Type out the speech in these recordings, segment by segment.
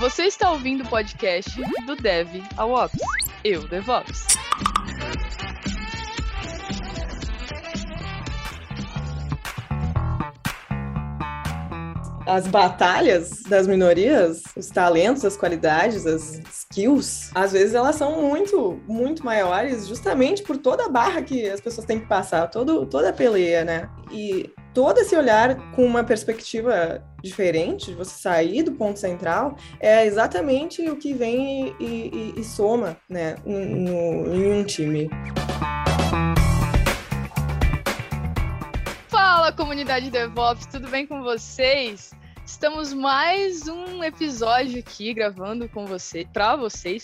Você está ouvindo o podcast do Dev ao Ops, eu, DevOps. As batalhas das minorias, os talentos, as qualidades, as skills, às vezes elas são muito, muito maiores justamente por toda a barra que as pessoas têm que passar, toda a peleia, né? E todo esse olhar com uma perspectiva diferente, você sair do ponto central, é exatamente o que vem e soma, né, em um time. Fala, comunidade DevOps, tudo bem com vocês? Estamos mais um episódio aqui gravando com você, para vocês.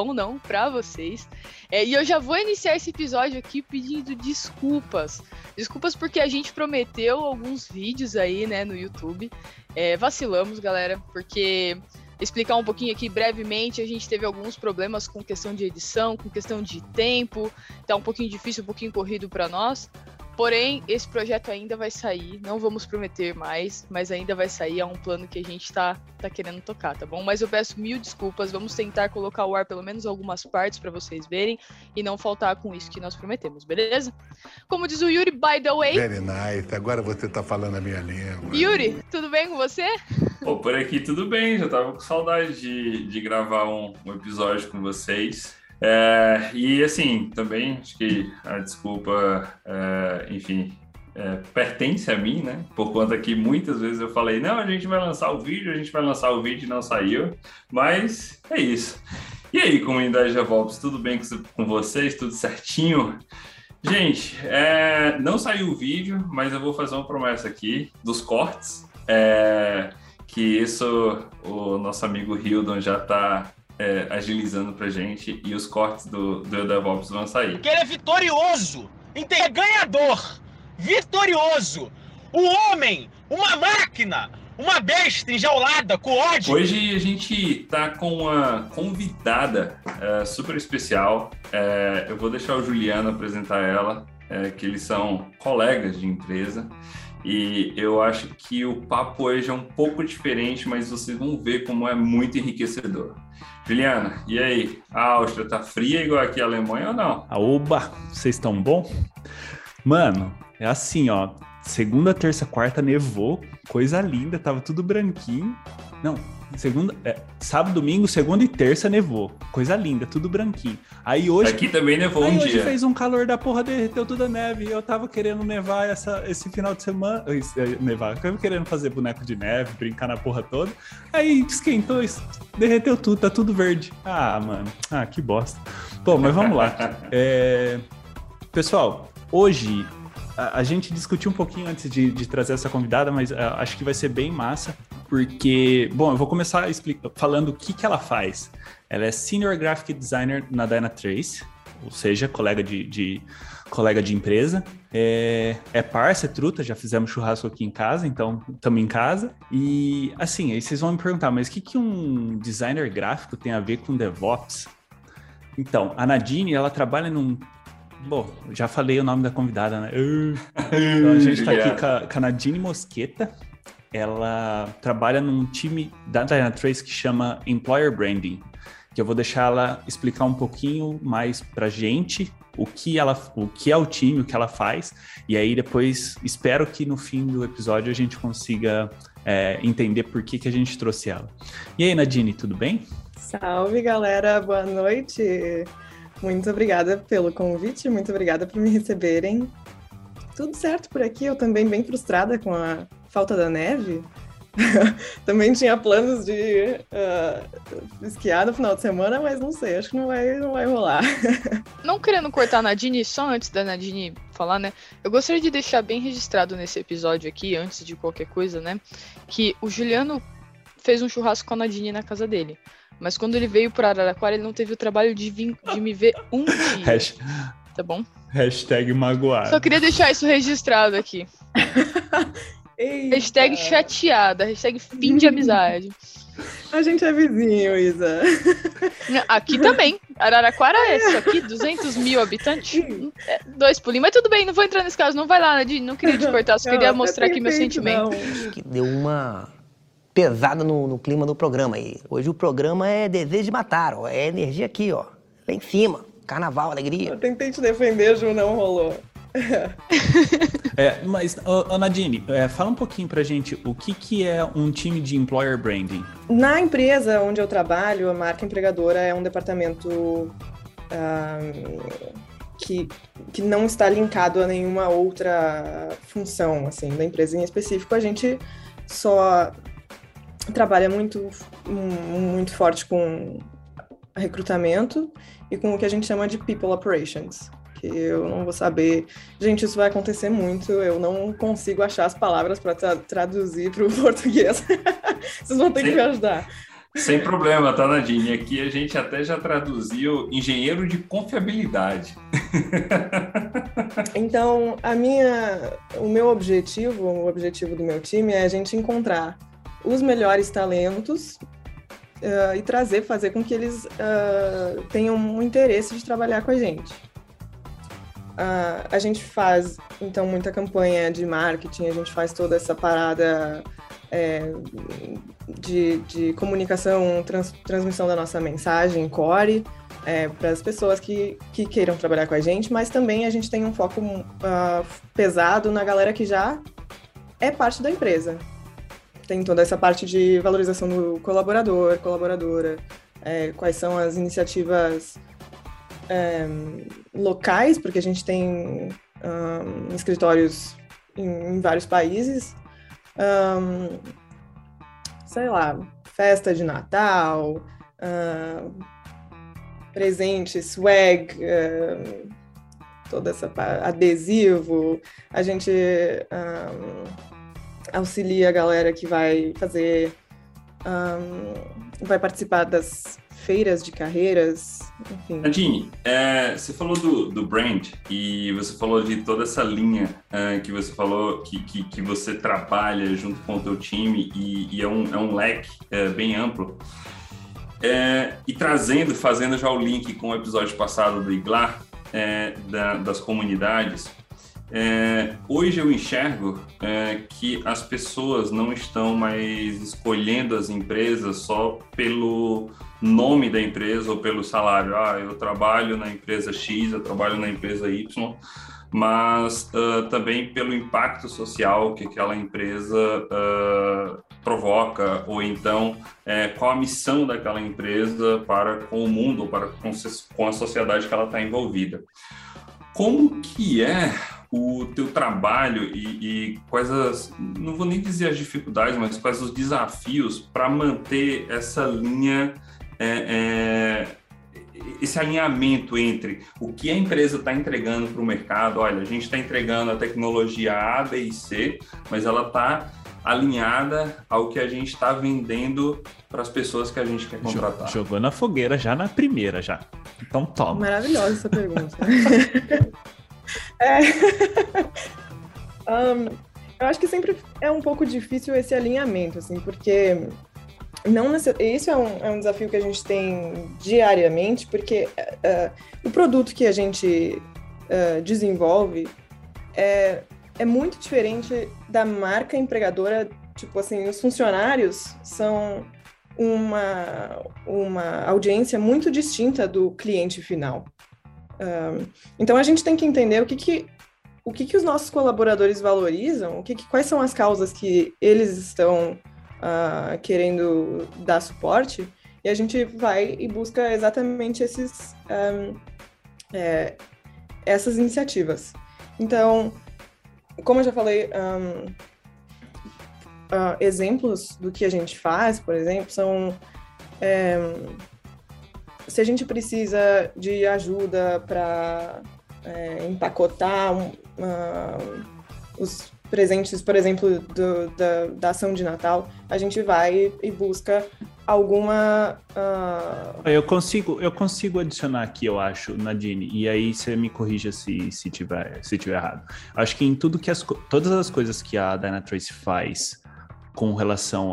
E eu já vou iniciar esse episódio aqui pedindo desculpas. Desculpas porque a gente prometeu alguns vídeos aí, né, no YouTube. Vacilamos, galera, porque explicar um pouquinho aqui brevemente, a gente teve alguns problemas com questão de edição, com questão de tempo. Tá um pouquinho difícil, um pouquinho corrido para nós. Porém, esse projeto ainda vai sair, não vamos prometer mais, mas ainda vai sair, é um plano que a gente tá querendo tocar, tá bom? Mas eu peço mil desculpas, vamos tentar colocar ao ar pelo menos algumas partes para vocês verem e não faltar com isso que nós prometemos, beleza? Como diz o Yuri, by the way... Very nice, agora você tá falando a minha língua. Yuri, tudo bem com você? Pô, por aqui tudo bem, já tava com saudade de gravar um episódio com vocês. E assim, também acho que a desculpa, pertence a mim, né? Por conta que muitas vezes eu falei, não, a gente vai lançar o vídeo e não saiu, mas é isso. E aí, comunidade DevOps, tudo bem com vocês? Tudo certinho? Gente, não saiu o vídeo, mas eu vou fazer uma promessa aqui dos cortes, que isso o nosso amigo Hildon já tá agilizando pra gente, e os cortes do DevOps vão sair. Que ele é vitorioso, é ganhador, vitorioso, o homem, uma máquina, uma besta enjaulada com ódio. Hoje a gente tá com uma convidada super especial. Eu vou deixar o Juliano apresentar ela, que eles são colegas de empresa. E eu acho que o papo hoje é um pouco diferente, mas vocês vão ver como é muito enriquecedor. Juliana, e aí? A Áustria tá fria igual aqui a Alemanha ou não? Oba, vocês estão bom? Mano, é assim, ó. Segunda, terça, quarta nevou, coisa linda, tava tudo branquinho. Não, sábado, domingo, segunda e terça nevou, coisa linda, tudo branquinho. Aí hoje... Aqui também nevou um dia. Hoje fez um calor da porra, derreteu toda a neve. Eu tava querendo nevar esse final de semana... Nevar, eu tava querendo fazer boneco de neve, brincar na porra toda. Aí esquentou, derreteu tudo, tá tudo verde. Ah, mano, que bosta. Bom, mas vamos lá. Pessoal, hoje... A gente discutiu um pouquinho antes de trazer essa convidada, mas acho que vai ser bem massa, porque... Bom, eu vou começar falando o que ela faz. Ela é Senior Graphic Designer na Dynatrace, ou seja, colega de empresa. É parça, é truta, já fizemos churrasco aqui em casa, então estamos em casa. E, assim, aí vocês vão me perguntar, mas o que um designer gráfico tem a ver com DevOps? Então, a Nadine, ela trabalha num... Bom, já falei o nome da convidada, né? Então, a gente está aqui com a Nadine Mosqueta. Ela trabalha num time da Dynatrace que chama Employer Branding, que eu vou deixar ela explicar um pouquinho mais pra gente o que é o time, o que ela faz, e aí depois espero que no fim do episódio a gente consiga entender por que a gente trouxe ela. E aí, Nadine, tudo bem? Salve, galera, boa noite! Muito obrigada pelo convite, muito obrigada por me receberem. Tudo certo por aqui, eu também bem frustrada com a falta da neve. Também tinha planos de esquiar no final de semana, mas não sei, acho que não vai rolar. Não querendo cortar a Nadine, só antes da Nadine falar, né? Eu gostaria de deixar bem registrado nesse episódio aqui, antes de qualquer coisa, né? Que o Juliano fez um churrasco com a Nadine na casa dele. Mas quando ele veio para Araraquara, ele não teve o trabalho de me ver um dia. Tá bom? Hashtag magoado. Só queria deixar isso registrado aqui. Eita. Hashtag chateada, hashtag fim de amizade. A gente é vizinho, Isa. Aqui também. Araraquara é isso aqui, 200 mil habitantes. 2 pulinhos. Mas tudo bem, não vou entrar nesse caso. Não vai lá, Nadine. Não queria te cortar, só queria mostrar aqui meu sentimento. Acho que deu uma pesada no clima do programa aí. Hoje o programa é Desejo de Matar, ó. É energia aqui, ó. Lá em cima. Carnaval, alegria. Eu tentei te defender, Ju, não rolou. Mas, Nadine, fala um pouquinho pra gente o que é um time de employer branding. Na empresa onde eu trabalho, a marca empregadora é um departamento que não está linkado a nenhuma outra função assim, da empresa em específico. A gente só trabalha muito forte com recrutamento e com o que a gente chama de people operations, que eu não vou saber. Gente, isso vai acontecer muito, eu não consigo achar as palavras para traduzir para o português. Vocês vão ter que me ajudar. Sem problema, tá, Nadine? Aqui a gente até já traduziu engenheiro de confiabilidade. Então, o meu objetivo, o objetivo do meu time é a gente encontrar os melhores talentos e fazer com que eles tenham um interesse de trabalhar com a gente. A gente faz, então, muita campanha de marketing, a gente faz toda essa parada de comunicação, transmissão da nossa mensagem, core, para as pessoas que queiram trabalhar com a gente, mas também a gente tem um foco pesado na galera que já é parte da empresa. Tem toda essa parte de valorização do colaborador, colaboradora, quais são as iniciativas locais, porque a gente tem escritórios em vários países, sei lá, festa de Natal, presente, swag, toda essa adesivo. A gente auxilia a galera que vai fazer, vai participar das feiras de carreiras, enfim. Nadine, você falou do brand e você falou de toda essa linha que você falou que você trabalha junto com o teu time e é um leque bem amplo. E fazendo já o link com o episódio passado do IGLAR, das comunidades, hoje eu enxergo que as pessoas não estão mais escolhendo as empresas só pelo nome da empresa ou pelo salário. Eu trabalho na empresa X, eu trabalho na empresa Y, mas também pelo impacto social que aquela empresa provoca, ou então qual a missão daquela empresa para com o mundo ou para com a sociedade que ela está envolvida. Como que é o teu trabalho e quais não vou nem dizer as dificuldades, mas quais os desafios para manter essa linha, esse alinhamento entre o que a empresa está entregando para o mercado? Olha, a gente está entregando a tecnologia A, B e C, mas ela está alinhada ao que a gente está vendendo para as pessoas que a gente quer contratar. Jogou na fogueira já na primeira, já. Então toma. Maravilhosa essa pergunta. Eu acho que sempre é um pouco difícil esse alinhamento, assim, porque isso é um desafio que a gente tem diariamente, porque o produto que a gente desenvolve é muito diferente da marca empregadora. Tipo assim, os funcionários são uma audiência muito distinta do cliente final. Então a gente tem que entender o que os nossos colaboradores valorizam, quais são as causas que eles estão querendo dar suporte, e a gente vai e busca exatamente essas iniciativas. Então, como eu já falei, exemplos do que a gente faz, por exemplo, são se a gente precisa de ajuda para empacotar os presentes, por exemplo, da ação de Natal, a gente vai e busca alguma... Eu consigo adicionar aqui, eu acho, Nadine, e aí você me corrija se tiver errado. Acho que em todas as coisas que a Dynatrace faz com relação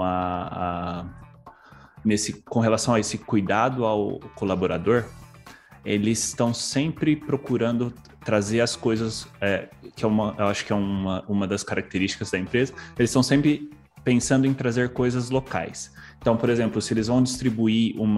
com relação a esse cuidado ao colaborador, eles estão sempre procurando trazer as coisas, eu acho que é uma das características da empresa, eles estão sempre pensando em trazer coisas locais. Então, por exemplo, se eles vão distribuir um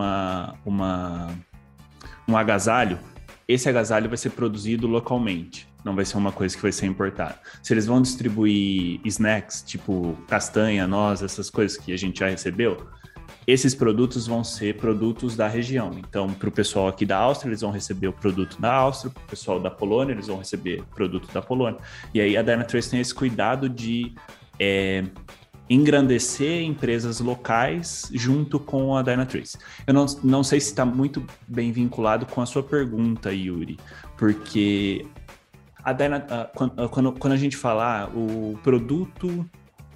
agasalho, esse agasalho vai ser produzido localmente, não vai ser uma coisa que vai ser importada. Se eles vão distribuir snacks, tipo castanha, noz, essas coisas que a gente já recebeu, esses produtos vão ser produtos da região. Então, para o pessoal aqui da Áustria, eles vão receber o produto da Áustria, para o pessoal da Polônia, eles vão receber o produto da Polônia. E aí a Dynatrace tem esse cuidado de engrandecer empresas locais junto com a Dynatrace. Eu não sei se está muito bem vinculado com a sua pergunta, Yuri, porque quando a gente falar o produto,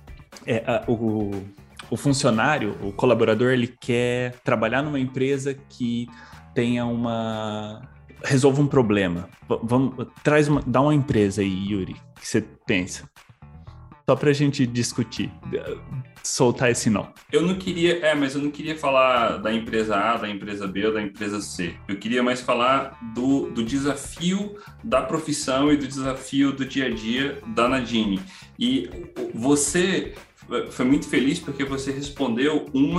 o funcionário, o colaborador, ele quer trabalhar numa empresa que tenha resolva um problema. Dá uma empresa aí, Yuri, que você pensa. Só pra gente discutir, soltar esse não. Eu não queria falar da empresa A, da empresa B ou da empresa C. Eu queria mais falar do desafio da profissão e do desafio do dia a dia da Nadine. E você foi muito feliz porque você respondeu um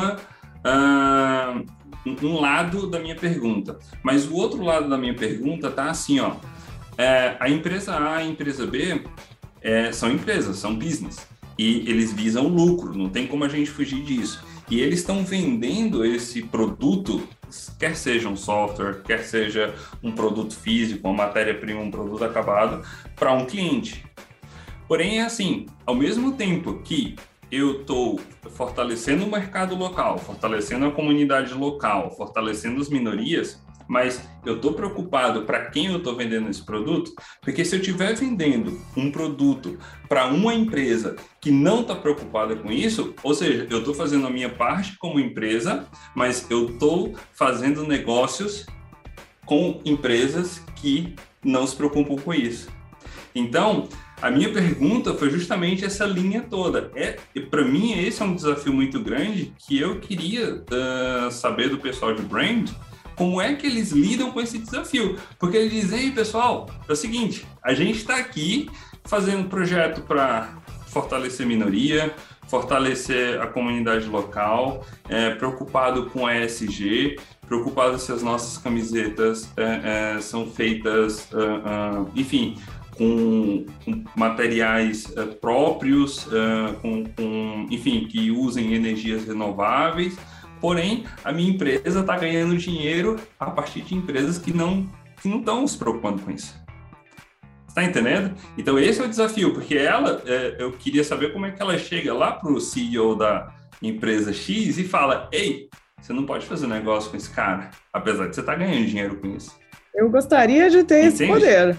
lado da minha pergunta. Mas o outro lado da minha pergunta tá assim, ó. A empresa A e a empresa B são empresas, são business. E eles visam lucro, não tem como a gente fugir disso. E eles estão vendendo esse produto, quer seja um software, quer seja um produto físico, uma matéria-prima, um produto acabado, para um cliente. Porém, é assim, ao mesmo tempo que eu estou fortalecendo o mercado local, fortalecendo a comunidade local, fortalecendo as minorias, mas eu estou preocupado para quem eu estou vendendo esse produto, porque se eu estiver vendendo um produto para uma empresa que não está preocupada com isso, ou seja, eu estou fazendo a minha parte como empresa, mas eu estou fazendo negócios com empresas que não se preocupam com isso. Então, a minha pergunta foi justamente essa linha toda. Para mim, esse é um desafio muito grande que eu queria saber do pessoal de brand, como é que eles lidam com esse desafio. Porque eles dizem, ei, pessoal, é o seguinte, a gente está aqui fazendo projeto para fortalecer minoria, fortalecer a comunidade local, preocupado com a ESG, preocupado se as nossas camisetas são feitas, enfim, com materiais próprios, enfim, que usem energias renováveis. Porém, a minha empresa está ganhando dinheiro a partir de empresas que não estão se preocupando com isso. Está entendendo? Então, esse é o desafio, porque eu queria saber como é que ela chega lá para o CEO da empresa X e fala, ei, você não pode fazer negócio com esse cara, apesar de você estar ganhando dinheiro com isso. Eu gostaria de ter esse poder.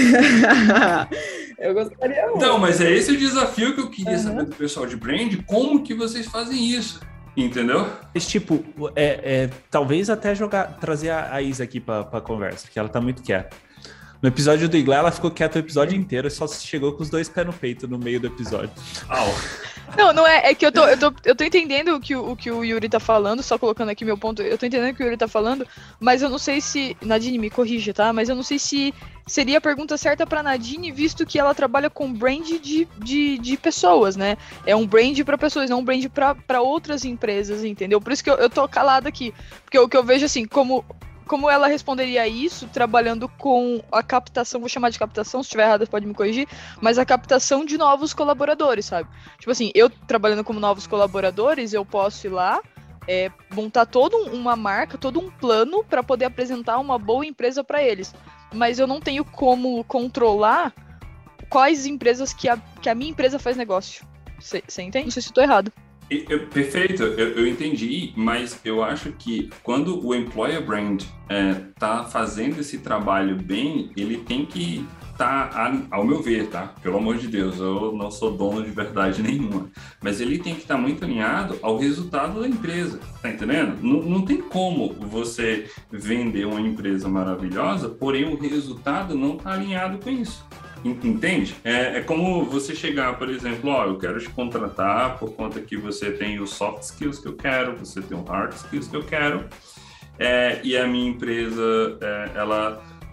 Eu gostaria muito. Então, mas é esse o desafio que eu queria saber do pessoal de brand, como que vocês fazem isso? Entendeu? Esse tipo, talvez até trazer a Isa aqui pra conversa, porque ela tá muito quieta. No episódio do Iglá, ela ficou quieta o episódio inteiro, só chegou com os 2 pés no peito no meio do episódio. Não é que eu tô entendendo o que o Yuri tá falando, só colocando aqui meu ponto, eu tô entendendo o que o Yuri tá falando, mas eu não sei se, Nadine, me corrija, tá? Mas eu não sei se seria a pergunta certa pra Nadine, visto que ela trabalha com brand de pessoas, né? É um brand pra pessoas, não um brand pra outras empresas, entendeu? Por isso que eu tô calada aqui, porque o que eu vejo assim, como ela responderia isso trabalhando com a captação, vou chamar de captação, se estiver errado pode me corrigir, mas a captação de novos colaboradores, sabe? Tipo assim, eu trabalhando como novos colaboradores, eu posso ir lá, montar toda uma marca, todo um plano para poder apresentar uma boa empresa para eles. Mas eu não tenho como controlar quais empresas que a minha empresa faz negócio. Você entende? Não sei se eu tô errado. Perfeito, eu entendi, mas eu acho que quando o Employer Brand tá fazendo esse trabalho bem, ele tem que estar, ao meu ver, tá? Pelo amor de Deus, eu não sou dono de verdade nenhuma, mas ele tem que estar muito alinhado ao resultado da empresa, tá entendendo? Não tem como você vender uma empresa maravilhosa, porém o resultado não tá alinhado com isso. Entende? É como você chegar, por exemplo, eu quero te contratar por conta que você tem os soft skills que eu quero, você tem os hard skills que eu quero, e a minha empresa, ela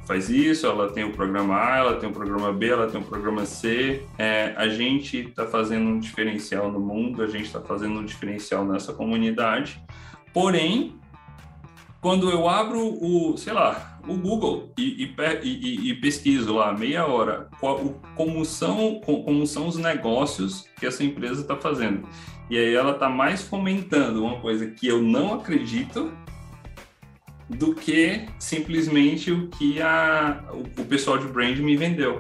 faz isso, ela tem o programa A, ela tem o programa B, ela tem o programa C. A gente está fazendo um diferencial no mundo, a gente está fazendo um diferencial nessa comunidade. Porém, quando eu abro o Google e pesquiso lá meia hora como são os negócios que essa empresa está fazendo, e aí ela está mais fomentando uma coisa que eu não acredito do que simplesmente o que o pessoal de brand me vendeu.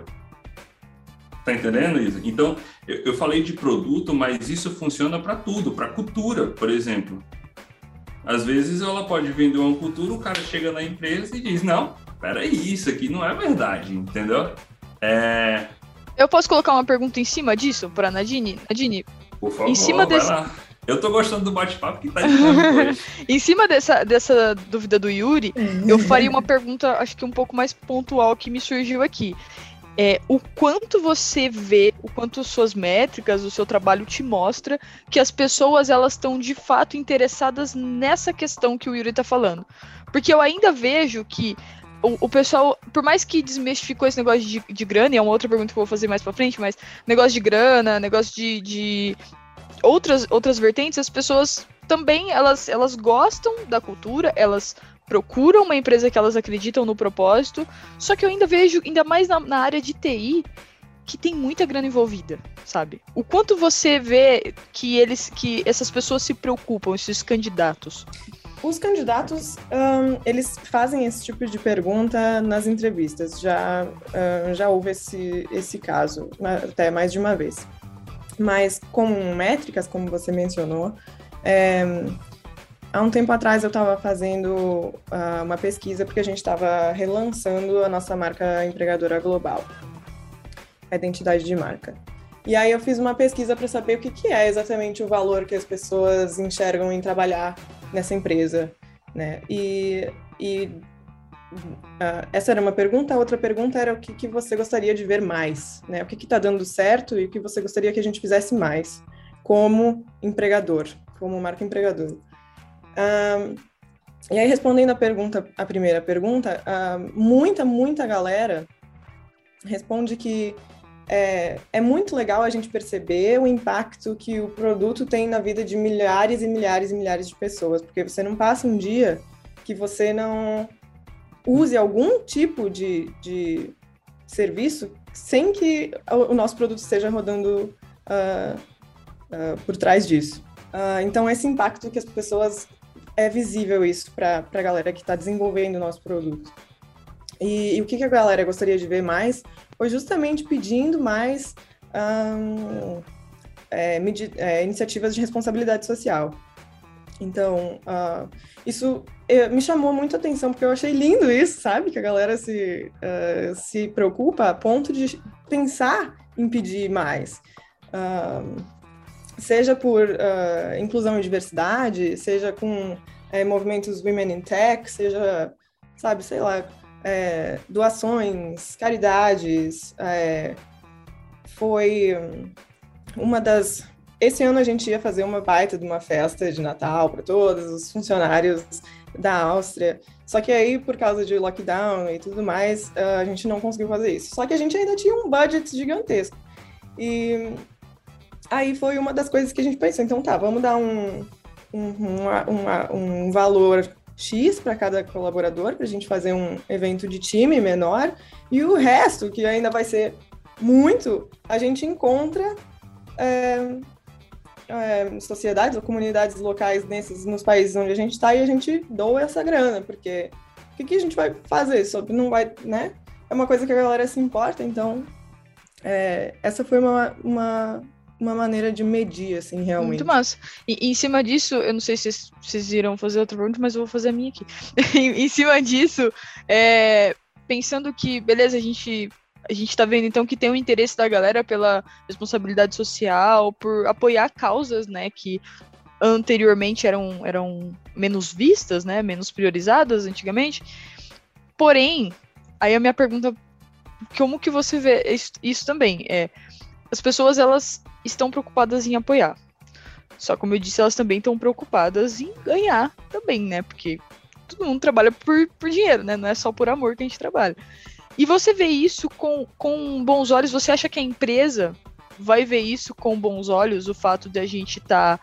Tá entendendo isso? Então, eu falei de produto, mas isso funciona para tudo, para cultura, por exemplo. Às vezes ela pode vender uma cultura, o cara chega na empresa e diz, não, peraí, isso aqui não é verdade, entendeu? Eu posso colocar uma pergunta em cima disso para Nadine? Nadine, por favor, em cima vai desse... lá. Eu tô gostando do bate-papo que tá dinâmico hoje. Em cima dessa dúvida do Yuri, eu faria uma pergunta, acho que um pouco mais pontual que me surgiu aqui. O quanto você vê, o quanto suas métricas, o seu trabalho te mostra que as pessoas, elas estão de fato interessadas nessa questão que o Yuri tá falando. Porque eu ainda vejo que o pessoal, por mais que desmistificou esse negócio de grana, e é uma outra pergunta que eu vou fazer mais pra frente, mas negócio de grana, negócio de outras vertentes, as pessoas também, elas gostam da cultura, elas procuram uma empresa que elas acreditam no propósito, só que eu ainda vejo, ainda mais na área de TI, que tem muita grana envolvida, sabe? O quanto você vê que essas pessoas se preocupam, esses candidatos? Os candidatos, eles fazem esse tipo de pergunta nas entrevistas, já houve esse caso, até mais de uma vez. Mas com métricas, como você mencionou, há um tempo atrás eu estava fazendo uma pesquisa porque a gente estava relançando a nossa marca empregadora global, a identidade de marca. E aí eu fiz uma pesquisa para saber o que é exatamente o valor que as pessoas enxergam em trabalhar nessa empresa, né? Essa era uma pergunta, a outra pergunta era o que você gostaria de ver mais, né? O que está dando certo e o que você gostaria que a gente fizesse mais como empregador, como marca empregadora. E aí, respondendo a primeira pergunta, muita galera responde que é muito legal a gente perceber o impacto que o produto tem na vida de milhares e milhares e milhares de pessoas, porque você não passa um dia que você não use algum tipo de serviço sem que o nosso produto esteja rodando por trás disso. Então, esse impacto que as pessoas... É visível isso para a galera que está desenvolvendo o nosso produto. E o que a galera gostaria de ver mais foi justamente pedindo mais iniciativas de responsabilidade social. Então, isso me chamou muito a atenção, porque eu achei lindo isso, sabe? Que a galera se preocupa a ponto de pensar em pedir mais. Seja por inclusão e diversidade, seja com movimentos Women in Tech, seja, sabe, sei lá, doações, caridades. Foi uma das... Esse ano a gente ia fazer uma baita de uma festa de Natal para todos os funcionários da Áustria, só que aí, por causa de lockdown e tudo mais, a gente não conseguiu fazer isso. Só que a gente ainda tinha um budget gigantesco. E aí foi uma das coisas que a gente pensou, então tá, vamos dar um valor X para cada colaborador, para a gente fazer um evento de time menor, e o resto, que ainda vai ser muito, a gente encontra sociedades ou comunidades locais nos países onde a gente está e a gente doa essa grana, porque o que a gente vai fazer? Não vai, né? É uma coisa que a galera se importa, então essa foi uma maneira de medir, assim, realmente. Muito massa. E em cima disso, eu não sei se vocês irão fazer outra pergunta, mas eu vou fazer a minha aqui. Em cima disso, pensando que, beleza, a gente tá vendo, então, que tem um interesse da galera pela responsabilidade social, por apoiar causas, né, que anteriormente eram menos vistas, né, menos priorizadas antigamente. Porém, aí a minha pergunta, como que você vê isso também? As pessoas, elas estão preocupadas em apoiar. Só como eu disse, elas também estão preocupadas em ganhar também, né? Porque todo mundo trabalha por dinheiro, né? Não é só por amor que a gente trabalha. E você vê isso com bons olhos, você acha que a empresa vai ver isso com bons olhos, o fato de a gente tá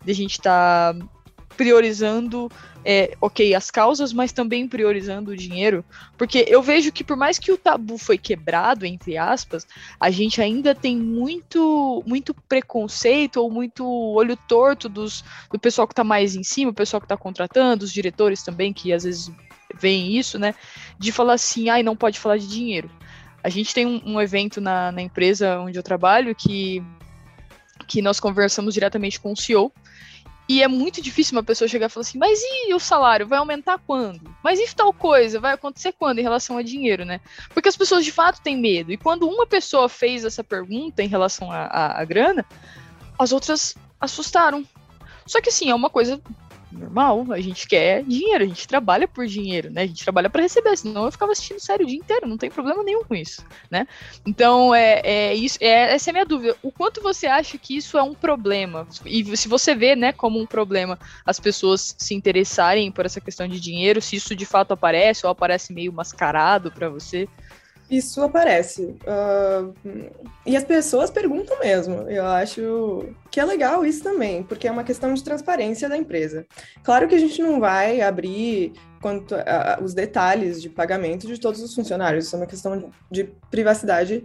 priorizando, as causas, mas também priorizando o dinheiro? Porque eu vejo que por mais que o tabu foi quebrado, entre aspas, a gente ainda tem muito preconceito ou muito olho torto do pessoal que tá mais em cima, o pessoal que tá contratando, os diretores também, que às vezes veem isso, né, de falar assim, não pode falar de dinheiro. A gente tem um evento na empresa onde eu trabalho que nós conversamos diretamente com o CEO. E é muito difícil uma pessoa chegar e falar assim, mas e o salário? Vai aumentar quando? Mas e tal coisa? Vai acontecer quando em relação a dinheiro, né? Porque as pessoas de fato têm medo. E quando uma pessoa fez essa pergunta em relação à grana, as outras assustaram. Só que assim, é uma coisa normal, a gente quer dinheiro, a gente trabalha por dinheiro, né? A gente trabalha para receber, senão eu ficava assistindo série o dia inteiro, não tem problema nenhum com isso, né? Então, essa é a minha dúvida. O quanto você acha que isso é um problema? E se você vê, né, como um problema as pessoas se interessarem por essa questão de dinheiro, se isso de fato aparece ou aparece meio mascarado para você? Isso aparece. E as pessoas perguntam mesmo. Eu acho que é legal isso também, porque é uma questão de transparência da empresa. Claro que a gente não vai abrir os detalhes de pagamento de todos os funcionários, isso é uma questão de privacidade,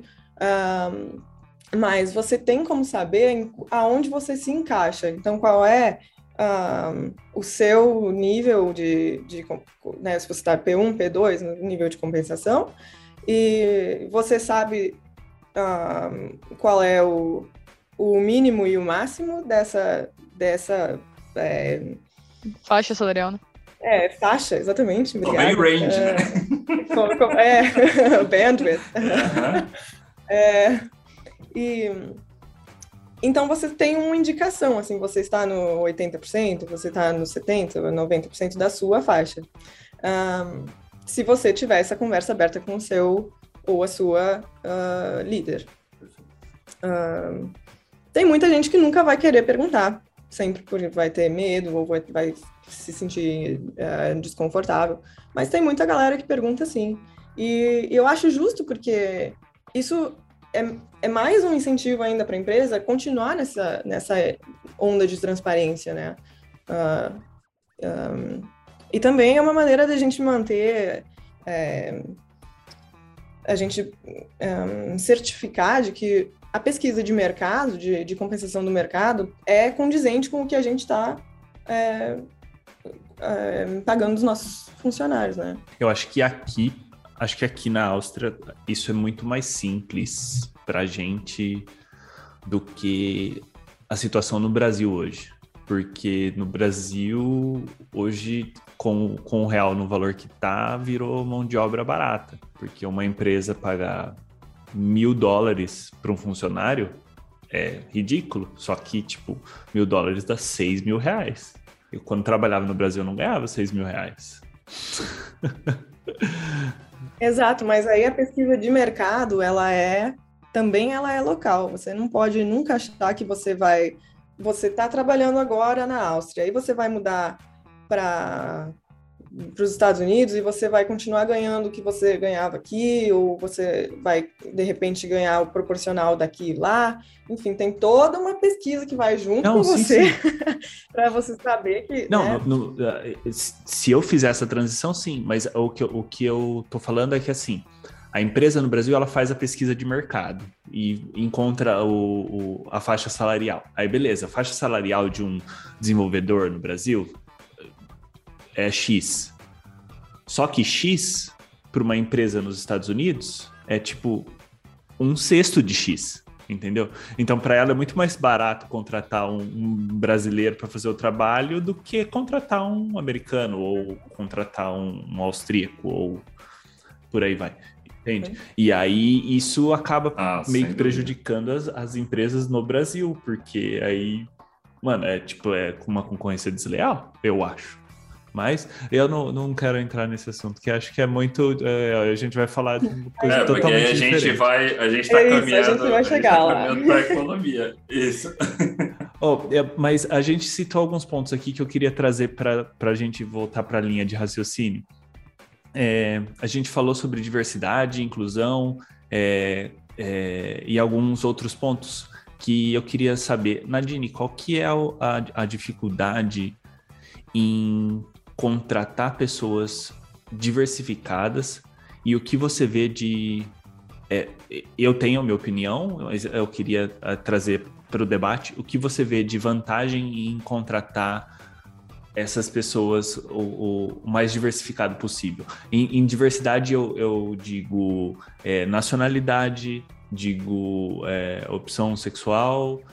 mas você tem como saber aonde você se encaixa. Então, qual é o seu nível né, se você está P1, P2, no nível de compensação, e você sabe qual é o mínimo e o máximo dessa faixa salarial, né? Faixa, exatamente. Obrigada. Como range, né? Bandwidth. Então você tem uma indicação, assim, você está no 80%, você está no 70%, 90% da sua faixa. Se você tiver essa conversa aberta com o seu ou a sua líder. Tem muita gente que nunca vai querer perguntar, sempre porque vai ter medo ou vai se sentir desconfortável, mas tem muita galera que pergunta sim. E eu acho justo porque isso é mais um incentivo ainda para a empresa continuar nessa onda de transparência, né? E também é uma maneira da gente manter, a gente certificar de que a pesquisa de mercado, de compensação do mercado, é condizente com o que a gente está pagando os nossos funcionários, né? Eu acho que aqui na Áustria isso é muito mais simples para a gente do que a situação no Brasil hoje. Porque no Brasil, hoje, com o real no valor que tá, virou mão de obra barata. Porque uma empresa pagar $1.000 para um funcionário é ridículo. Só que, tipo, $1.000 dá R$6.000. Eu, quando trabalhava no Brasil, não ganhava R$6.000. Exato, mas aí a pesquisa de mercado, ela é local. Você não pode nunca achar que você está trabalhando agora na Áustria, aí você vai mudar para os Estados Unidos e você vai continuar ganhando o que você ganhava aqui, ou você vai, de repente, ganhar o proporcional daqui e lá. Enfim, tem toda uma pesquisa que vai junto com você para você saber que... Se eu fizer essa transição, sim, mas o que eu tô falando é que, assim, a empresa no Brasil, ela faz a pesquisa de mercado e encontra a faixa salarial. Aí, beleza, a faixa salarial de um desenvolvedor no Brasil é X. Só que X, para uma empresa nos Estados Unidos, é tipo 1/6 de X, entendeu? Então, para ela é muito mais barato contratar um brasileiro para fazer o trabalho do que contratar um americano ou contratar um austríaco ou por aí vai. Entende? E aí isso acaba meio que prejudicando as empresas no Brasil, porque aí, mano, é uma concorrência desleal, eu acho. Mas eu não quero entrar nesse assunto, que acho que é muito... a gente vai falar de coisa totalmente diferente. A gente tá caminhando, a gente vai chegar lá. Caminhando para a economia. Isso. Mas a gente citou alguns pontos aqui que eu queria trazer para a gente voltar para a linha de raciocínio. A gente falou sobre diversidade, inclusão e alguns outros pontos que eu queria saber. Nadine, qual que é a dificuldade em contratar pessoas diversificadas e o que você vê de... eu tenho a minha opinião, mas eu queria trazer para o debate o que você vê de vantagem em contratar essas pessoas o mais diversificado possível. Em diversidade eu digo nacionalidade, digo opção sexual,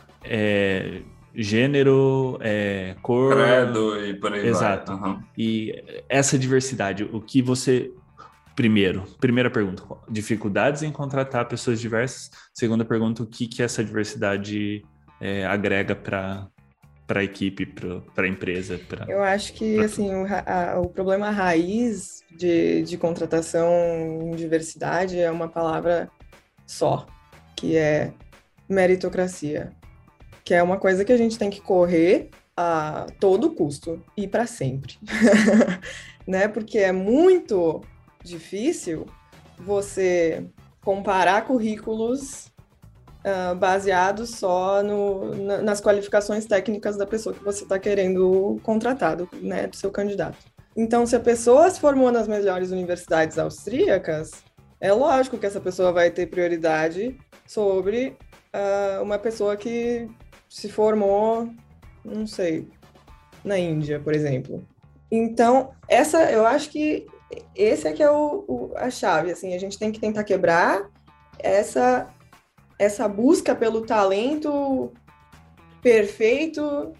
gênero, cor... Credo e por aí vai. Exato. Uhum. E essa diversidade, o que você... Primeira pergunta, dificuldades em contratar pessoas diversas. Segunda pergunta, o que essa diversidade agrega para a equipe, para a empresa? Eu acho que assim, o problema raiz de contratação em diversidade é uma palavra só, que é meritocracia, que é uma coisa que a gente tem que correr a todo custo e para sempre, né? Porque é muito difícil você comparar currículos baseados só nas qualificações técnicas da pessoa que você está querendo contratar, né, do seu candidato. Então, se a pessoa se formou nas melhores universidades austríacas, é lógico que essa pessoa vai ter prioridade sobre uma pessoa que se formou, não sei, na Índia, por exemplo. Então, eu acho que esse é que é a chave, assim, a gente tem que tentar quebrar essa busca pelo talento perfeito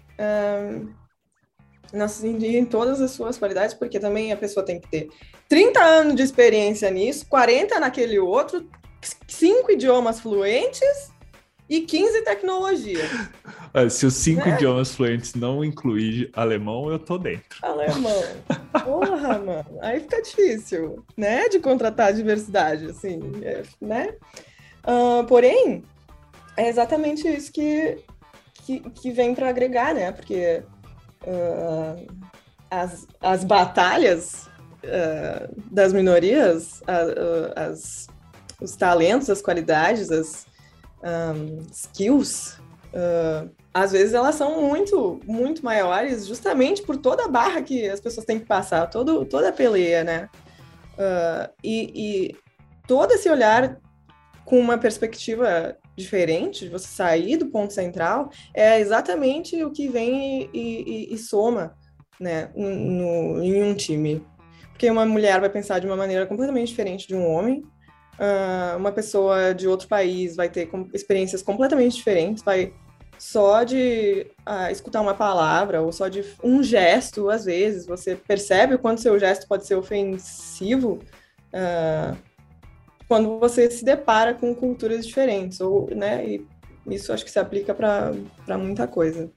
em todas as suas qualidades, porque também a pessoa tem que ter 30 anos de experiência nisso, 40 naquele outro, 5 idiomas fluentes e 15 tecnologia. Se os 5 idiomas fluentes não incluir alemão, eu tô dentro. Alemão. Porra, mano. Aí fica difícil, né? De contratar diversidade, assim, né? Porém, é exatamente isso que vem para agregar, né? Porque as batalhas das minorias, os talentos, as qualidades, as skills, às vezes elas são muito, muito maiores justamente por toda a barra que as pessoas têm que passar, toda a peleia, né? E todo esse olhar com uma perspectiva diferente, de você sair do ponto central, é exatamente o que vem e soma, né, em um time. Porque uma mulher vai pensar de uma maneira completamente diferente de um homem, uma pessoa de outro país vai ter experiências completamente diferentes, vai só de escutar uma palavra ou só de um gesto, às vezes, você percebe o quanto seu gesto pode ser ofensivo quando você se depara com culturas diferentes, né, e isso acho que se aplica para muita coisa.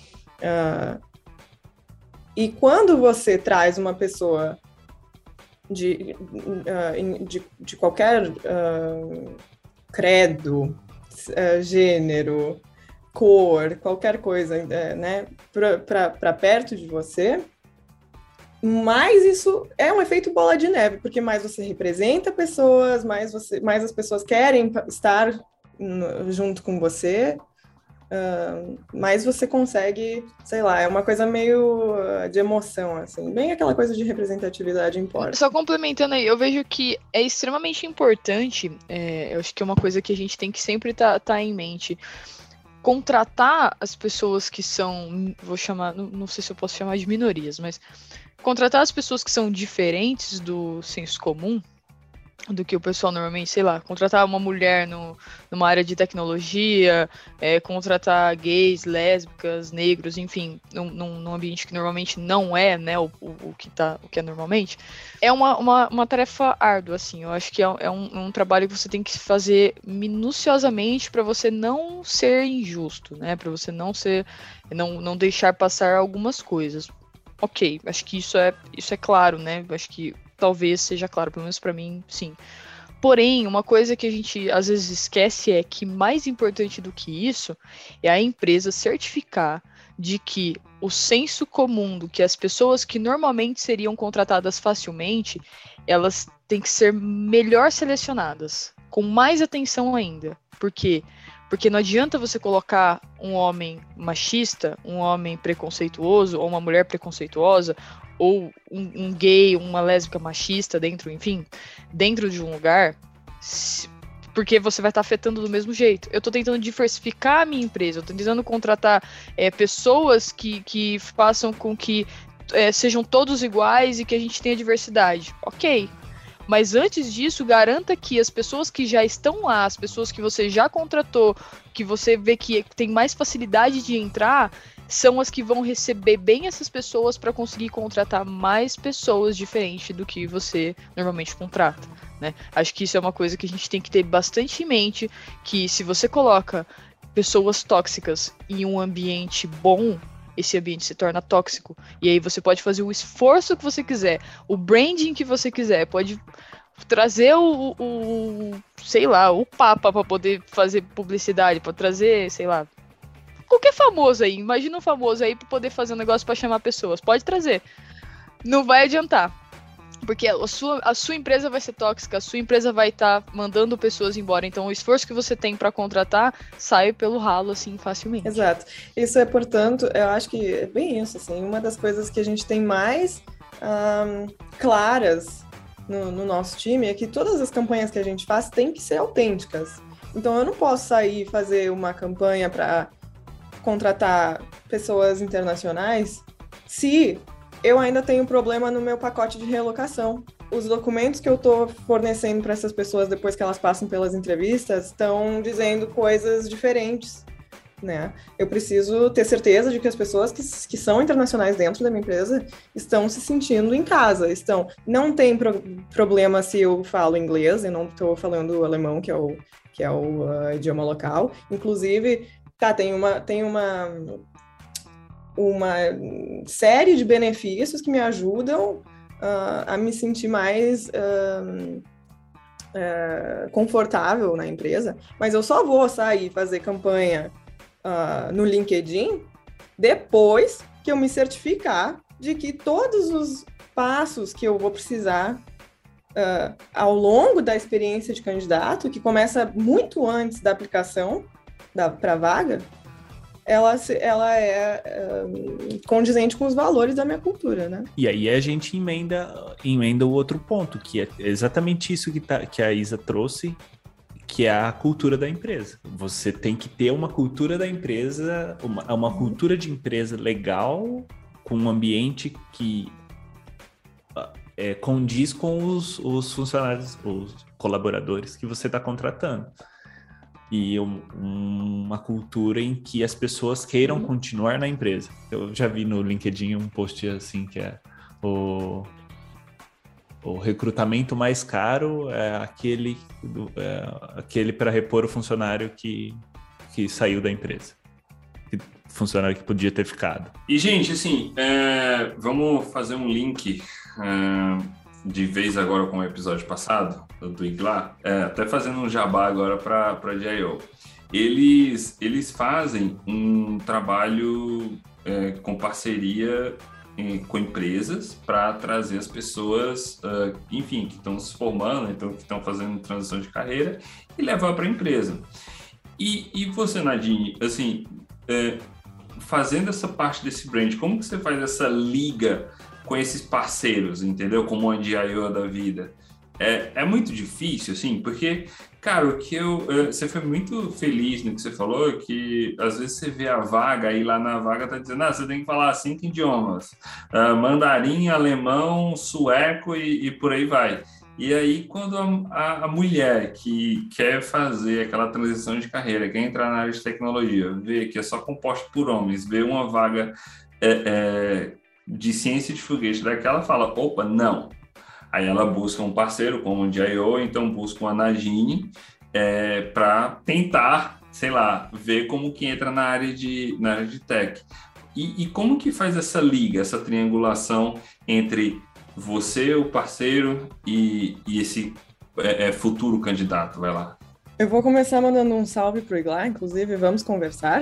E quando você traz uma pessoa de qualquer credo, gênero, cor, qualquer coisa, né, para perto de você, mais isso é um efeito bola de neve, porque mais você representa pessoas, mais as pessoas querem estar junto com você, mais você consegue, sei lá, é uma coisa meio de emoção, assim, bem aquela coisa de representatividade importa. Só complementando aí, eu vejo que é extremamente importante, eu acho que é uma coisa que a gente tem que sempre tá em mente, contratar as pessoas que são, vou chamar, não sei se eu posso chamar de minorias, mas contratar as pessoas que são diferentes do senso comum, do que o pessoal normalmente, sei lá, contratar uma mulher numa área de tecnologia, contratar gays, lésbicas, negros, enfim, num ambiente que normalmente não é, né, o que é normalmente, é uma tarefa árdua, assim, eu acho que é um trabalho que você tem que fazer minuciosamente para você não ser injusto, né, para você não deixar passar algumas coisas. Ok, acho que isso é claro, né, acho que talvez seja claro, pelo menos para mim, sim. Porém, uma coisa que a gente às vezes esquece é que mais importante do que isso é a empresa certificar de que o senso comum do que as pessoas que normalmente seriam contratadas facilmente, elas têm que ser melhor selecionadas, com mais atenção ainda. Por quê? Porque não adianta você colocar um homem machista, um homem preconceituoso, ou uma mulher preconceituosa, ou um gay, uma lésbica machista dentro de um lugar, porque você vai estar afetando do mesmo jeito. Eu estou tentando diversificar a minha empresa, eu estou tentando contratar pessoas que façam com que sejam todos iguais e que a gente tenha diversidade. Ok. Mas antes disso, garanta que as pessoas que já estão lá, as pessoas que você já contratou, que você vê que tem mais facilidade de entrar, são as que vão receber bem essas pessoas para conseguir contratar mais pessoas diferentes do que você normalmente contrata, né? Acho que isso é uma coisa que a gente tem que ter bastante em mente, que se você coloca pessoas tóxicas em um ambiente bom, esse ambiente se torna tóxico. E aí você pode fazer o esforço que você quiser, o branding que você quiser, pode trazer sei lá, o Papa para poder fazer publicidade, pode trazer, sei lá, qualquer famoso aí, imagina um famoso aí para poder fazer um negócio para chamar pessoas, pode trazer. Não vai adiantar. Porque a sua empresa vai ser tóxica, a sua empresa vai estar mandando pessoas embora. Então, o esforço que você tem para contratar sai pelo ralo, assim, facilmente. Exato. Isso é, portanto, eu acho que é bem isso, assim, uma das coisas que a gente tem mais claras no nosso time é que todas as campanhas que a gente faz têm que ser autênticas. Então, eu não posso sair e fazer uma campanha para contratar pessoas internacionais se eu ainda tenho problema no meu pacote de relocação. Os documentos que eu estou fornecendo para essas pessoas depois que elas passam pelas entrevistas estão dizendo coisas diferentes, né? Eu preciso ter certeza de que as pessoas que são internacionais dentro da minha empresa estão se sentindo em casa. Não tem problema se eu falo inglês, eu não estou falando alemão, que é o idioma local. Inclusive, tem uma série de benefícios que me ajudam a me sentir mais confortável na empresa, mas eu só vou sair e fazer campanha no LinkedIn depois que eu me certificar de que todos os passos que eu vou precisar ao longo da experiência de candidato, que começa muito antes da aplicação para a vaga, ela é condizente com os valores da minha cultura, né? E aí a gente emenda o outro ponto, que é exatamente isso que a Isa trouxe, que é a cultura da empresa. Você tem que ter uma cultura da empresa, uma cultura de empresa legal, com um ambiente que condiz com os funcionários, os colaboradores que você está contratando. E uma cultura em que as pessoas queiram continuar na empresa. Eu já vi no LinkedIn um post assim que é o recrutamento mais caro é aquele para repor o funcionário que saiu da empresa. Funcionário que podia ter ficado. E, gente, assim, vamos fazer um link de vez agora com o episódio passado, do Iglar, até fazendo um jabá agora para a J.I.O. Eles fazem um trabalho com parceria com empresas para trazer as pessoas, enfim, que estão se formando, então que estão fazendo transição de carreira e levar para a empresa. E você, Nadine, assim, fazendo essa parte desse brand, como que você faz essa liga com esses parceiros, entendeu? Como a J.I.O. da vida. É muito difícil, assim, porque, cara, você foi muito feliz no que você falou, que às vezes você vê a vaga, aí lá na vaga tá dizendo, você tem que falar 5 idiomas, mandarim, alemão, sueco e por aí vai. E aí, quando a mulher que quer fazer aquela transição de carreira, quer entrar na área de tecnologia, vê que é só composto por homens, vê uma vaga de ciência de foguete daquela, fala, opa, não. Aí ela busca um parceiro como o J.I.O., então busca uma Nadine para tentar, sei lá, ver como que entra na área de tech. E como que faz essa liga, essa triangulação entre você, o parceiro, e esse futuro candidato? Vai lá. Eu vou começar mandando um salve pro Iglar, inclusive, vamos conversar.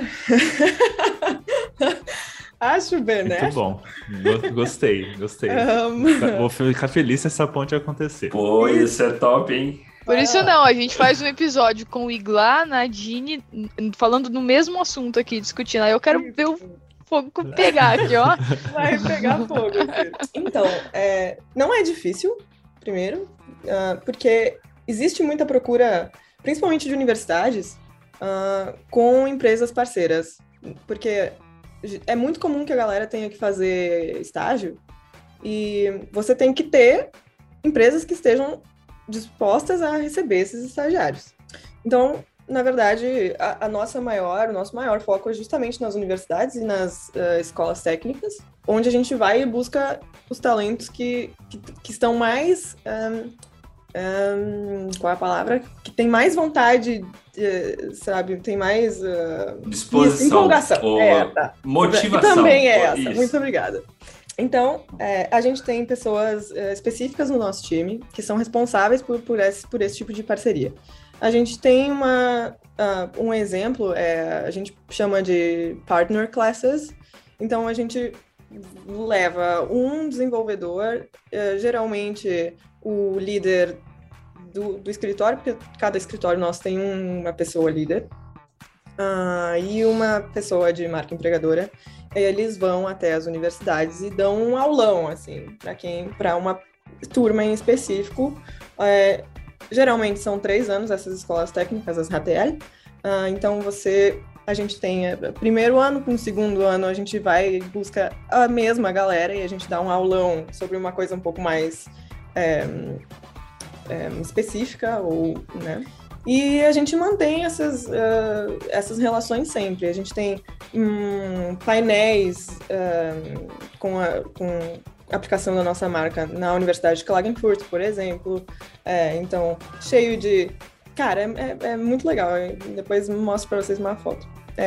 Acho benéfico. Muito bom. Gostei. Vou ficar feliz se essa ponte acontecer. Pô, isso é top, hein? Por isso não, a gente faz um episódio com o Iglar, Nadine, falando no mesmo assunto aqui, discutindo. Aí eu quero ver o fogo pegar aqui, ó. Vai pegar fogo, filho. Então, não é difícil, primeiro, porque existe muita procura, principalmente de universidades, com empresas parceiras. Porque é muito comum que a galera tenha que fazer estágio e você tem que ter empresas que estejam dispostas a receber esses estagiários. Então, na verdade, o nosso maior foco é justamente nas universidades e nas escolas técnicas, onde a gente vai e busca os talentos que estão mais... qual é a palavra? Que tem mais vontade, sabe? Tem mais... disposição. Empolgação. Tá. Motivação. Que também é essa. Isso. Muito obrigada. Então, a gente tem pessoas específicas no nosso time que são responsáveis por esse tipo de parceria. A gente tem um exemplo, a gente chama de partner classes. Então, a gente leva um desenvolvedor, geralmente o líder do escritório, porque cada escritório nosso tem uma pessoa líder, e uma pessoa de marca empregadora. Eles vão até as universidades e dão um aulão, assim, para uma turma em específico. Geralmente são 3 anos essas escolas técnicas, as RATL. Então a gente tem primeiro ano, com o segundo ano a gente vai e busca a mesma galera e a gente dá um aulão sobre uma coisa um pouco mais específica, né? E a gente mantém essas relações sempre. A gente tem painéis com a aplicação da nossa marca na Universidade de Klagenfurt, por exemplo. Então, cheio de... Cara, é muito legal. Depois mostro para vocês uma foto.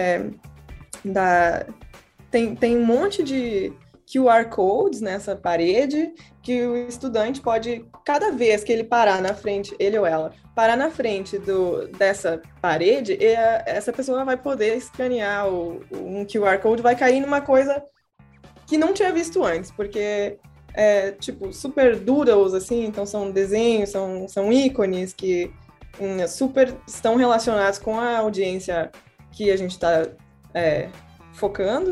Tem um monte de QR codes nessa parede que o estudante pode, cada vez que ele parar na frente, ele ou ela, parar na frente dessa parede, essa pessoa vai poder escanear um QR Code, vai cair numa coisa que não tinha visto antes, porque tipo, super doodles, assim, então são desenhos, são ícones que super estão relacionados com a audiência que a gente está focando.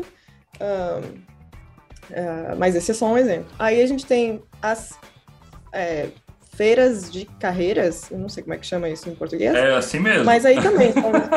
Mas esse é só um exemplo. Aí a gente tem as feiras de carreiras, eu não sei como é que chama isso em português. É assim mesmo. Mas aí também.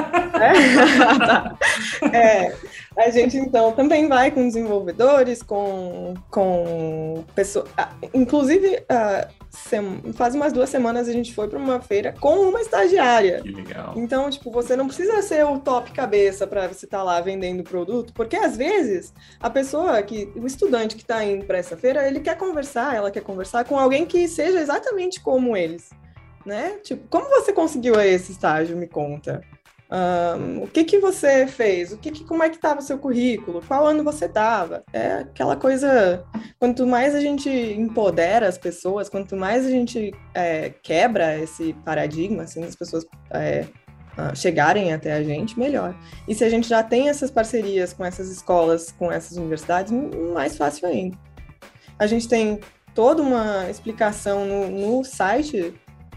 A gente, então, também vai com desenvolvedores, com pessoas... Inclusive, faz umas 2 semanas a gente foi para uma feira com uma estagiária. Que legal. Então, tipo, você não precisa ser o top cabeça para você estar lá vendendo o produto, porque às vezes o estudante que está indo para essa feira, ela quer conversar com alguém que seja exatamente como eles, né? Tipo, como você conseguiu esse estágio? Me conta. O que você fez? Como é que estava o seu currículo? Qual ano você estava? É aquela coisa, quanto mais a gente empodera as pessoas, quanto mais a gente quebra esse paradigma, assim, das pessoas chegarem até a gente, melhor. E se a gente já tem essas parcerias com essas escolas, com essas universidades, mais fácil ainda. A gente tem toda uma explicação no site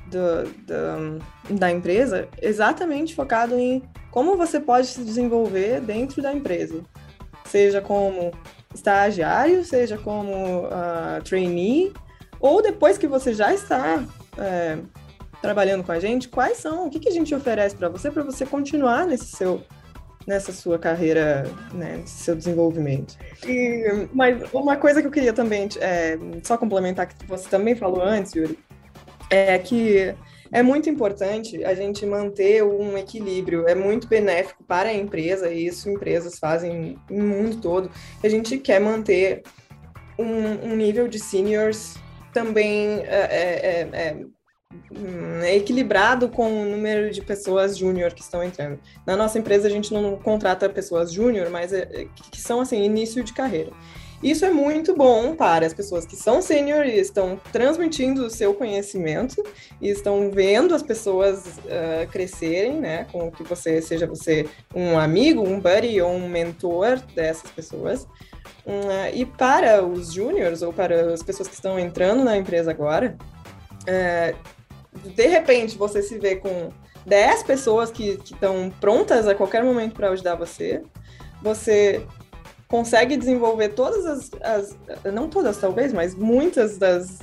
da empresa, exatamente focado em como você pode se desenvolver dentro da empresa, seja como estagiário, seja como trainee, ou depois que você já está trabalhando com a gente, quais são, o que a gente oferece para você continuar nessa sua carreira, né, nesse seu desenvolvimento. Mas uma coisa que eu queria também só complementar, que você também falou antes, Yuri, é que é muito importante a gente manter um equilíbrio, é muito benéfico para a empresa, e isso empresas fazem no mundo todo. A gente quer manter um nível de seniors também equilibrado com o número de pessoas júnior que estão entrando. Na nossa empresa a gente não contrata pessoas júnior, mas que são assim, início de carreira. Isso é muito bom para as pessoas que são sênior e estão transmitindo o seu conhecimento e estão vendo as pessoas crescerem, né? Com que seja você um amigo, um buddy ou um mentor dessas pessoas. E para os júniors ou para as pessoas que estão entrando na empresa agora, de repente você se vê com 10 pessoas que estão prontas a qualquer momento para ajudar você consegue desenvolver todas não todas talvez, mas muitas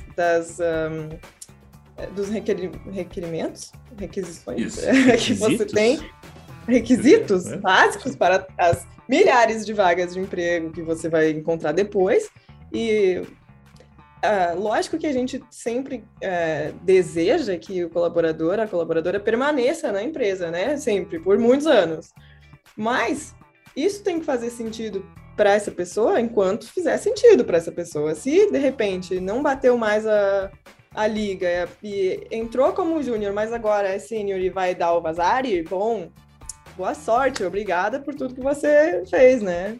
dos requisições que você tem, requisitos básicos para as milhares de vagas de emprego que você vai encontrar depois. E lógico que a gente sempre deseja que a colaboradora permaneça na empresa, né? Sempre, por muitos anos. Mas isso tem que fazer sentido para essa pessoa enquanto fizer sentido para essa pessoa. Se, de repente, não bateu mais a liga e entrou como júnior, mas agora é sênior e vai dar o vazare, bom, boa sorte, obrigada por tudo que você fez, né?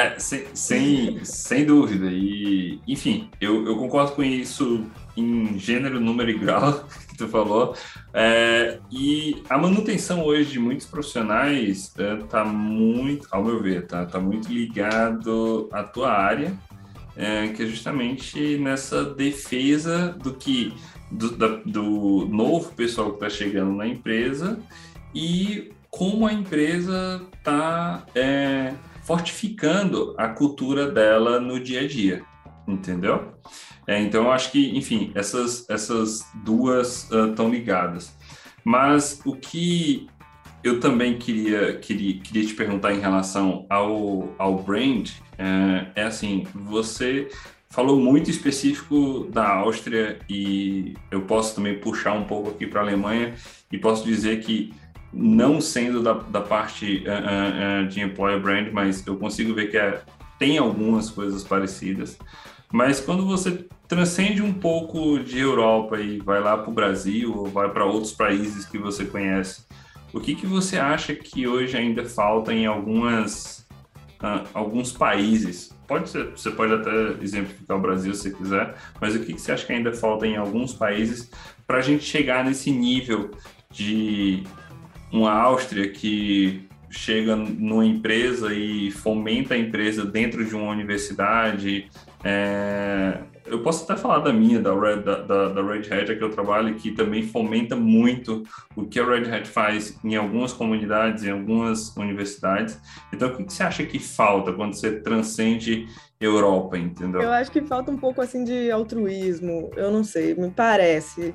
Sem dúvida. E, enfim, eu concordo com isso em gênero, número e grau que tu falou. E a manutenção hoje de muitos profissionais está muito, ao meu ver, tá muito ligado à tua área, que é justamente nessa defesa do novo pessoal que está chegando na empresa e como a empresa está fortificando a cultura dela no dia a dia, entendeu? Então, eu acho que, enfim, essas duas estão ligadas. Mas o que eu também queria te perguntar em relação ao brand é assim, você falou muito específico da Áustria e eu posso também puxar um pouco aqui para a Alemanha e posso dizer que não sendo da parte de employer brand, mas eu consigo ver que tem algumas coisas parecidas. Mas quando você transcende um pouco de Europa e vai lá para o Brasil ou vai para outros países que você conhece, o que você acha que hoje ainda falta em alguns países? Você pode até exemplificar o Brasil se quiser, mas o que você acha que ainda falta em alguns países para a gente chegar nesse nível de uma Áustria que chega numa empresa e fomenta a empresa dentro de uma universidade? Eu posso até falar da minha, da Red Hat, que eu trabalho, que também fomenta muito o que a Red Hat faz em algumas comunidades, em algumas universidades. Então, o que você acha que falta quando você transcende Europa, entendeu? Eu acho que falta um pouco, assim, de altruísmo, eu não sei, me parece,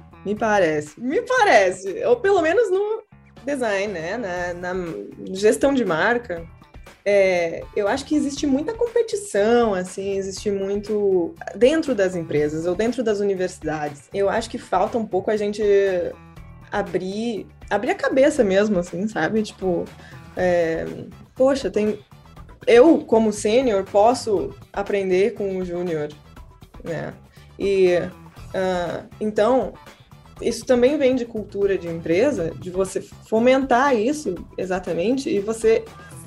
ou pelo menos no design, né, na gestão de marca. Eu acho que existe muita competição, assim, existe muito dentro das empresas ou dentro das universidades. Eu acho que falta um pouco a gente abrir a cabeça mesmo, assim, sabe? Tipo, poxa, eu, como sênior, posso aprender com o júnior, né? E, então, isso também vem de cultura de empresa, de você fomentar isso, exatamente, e você...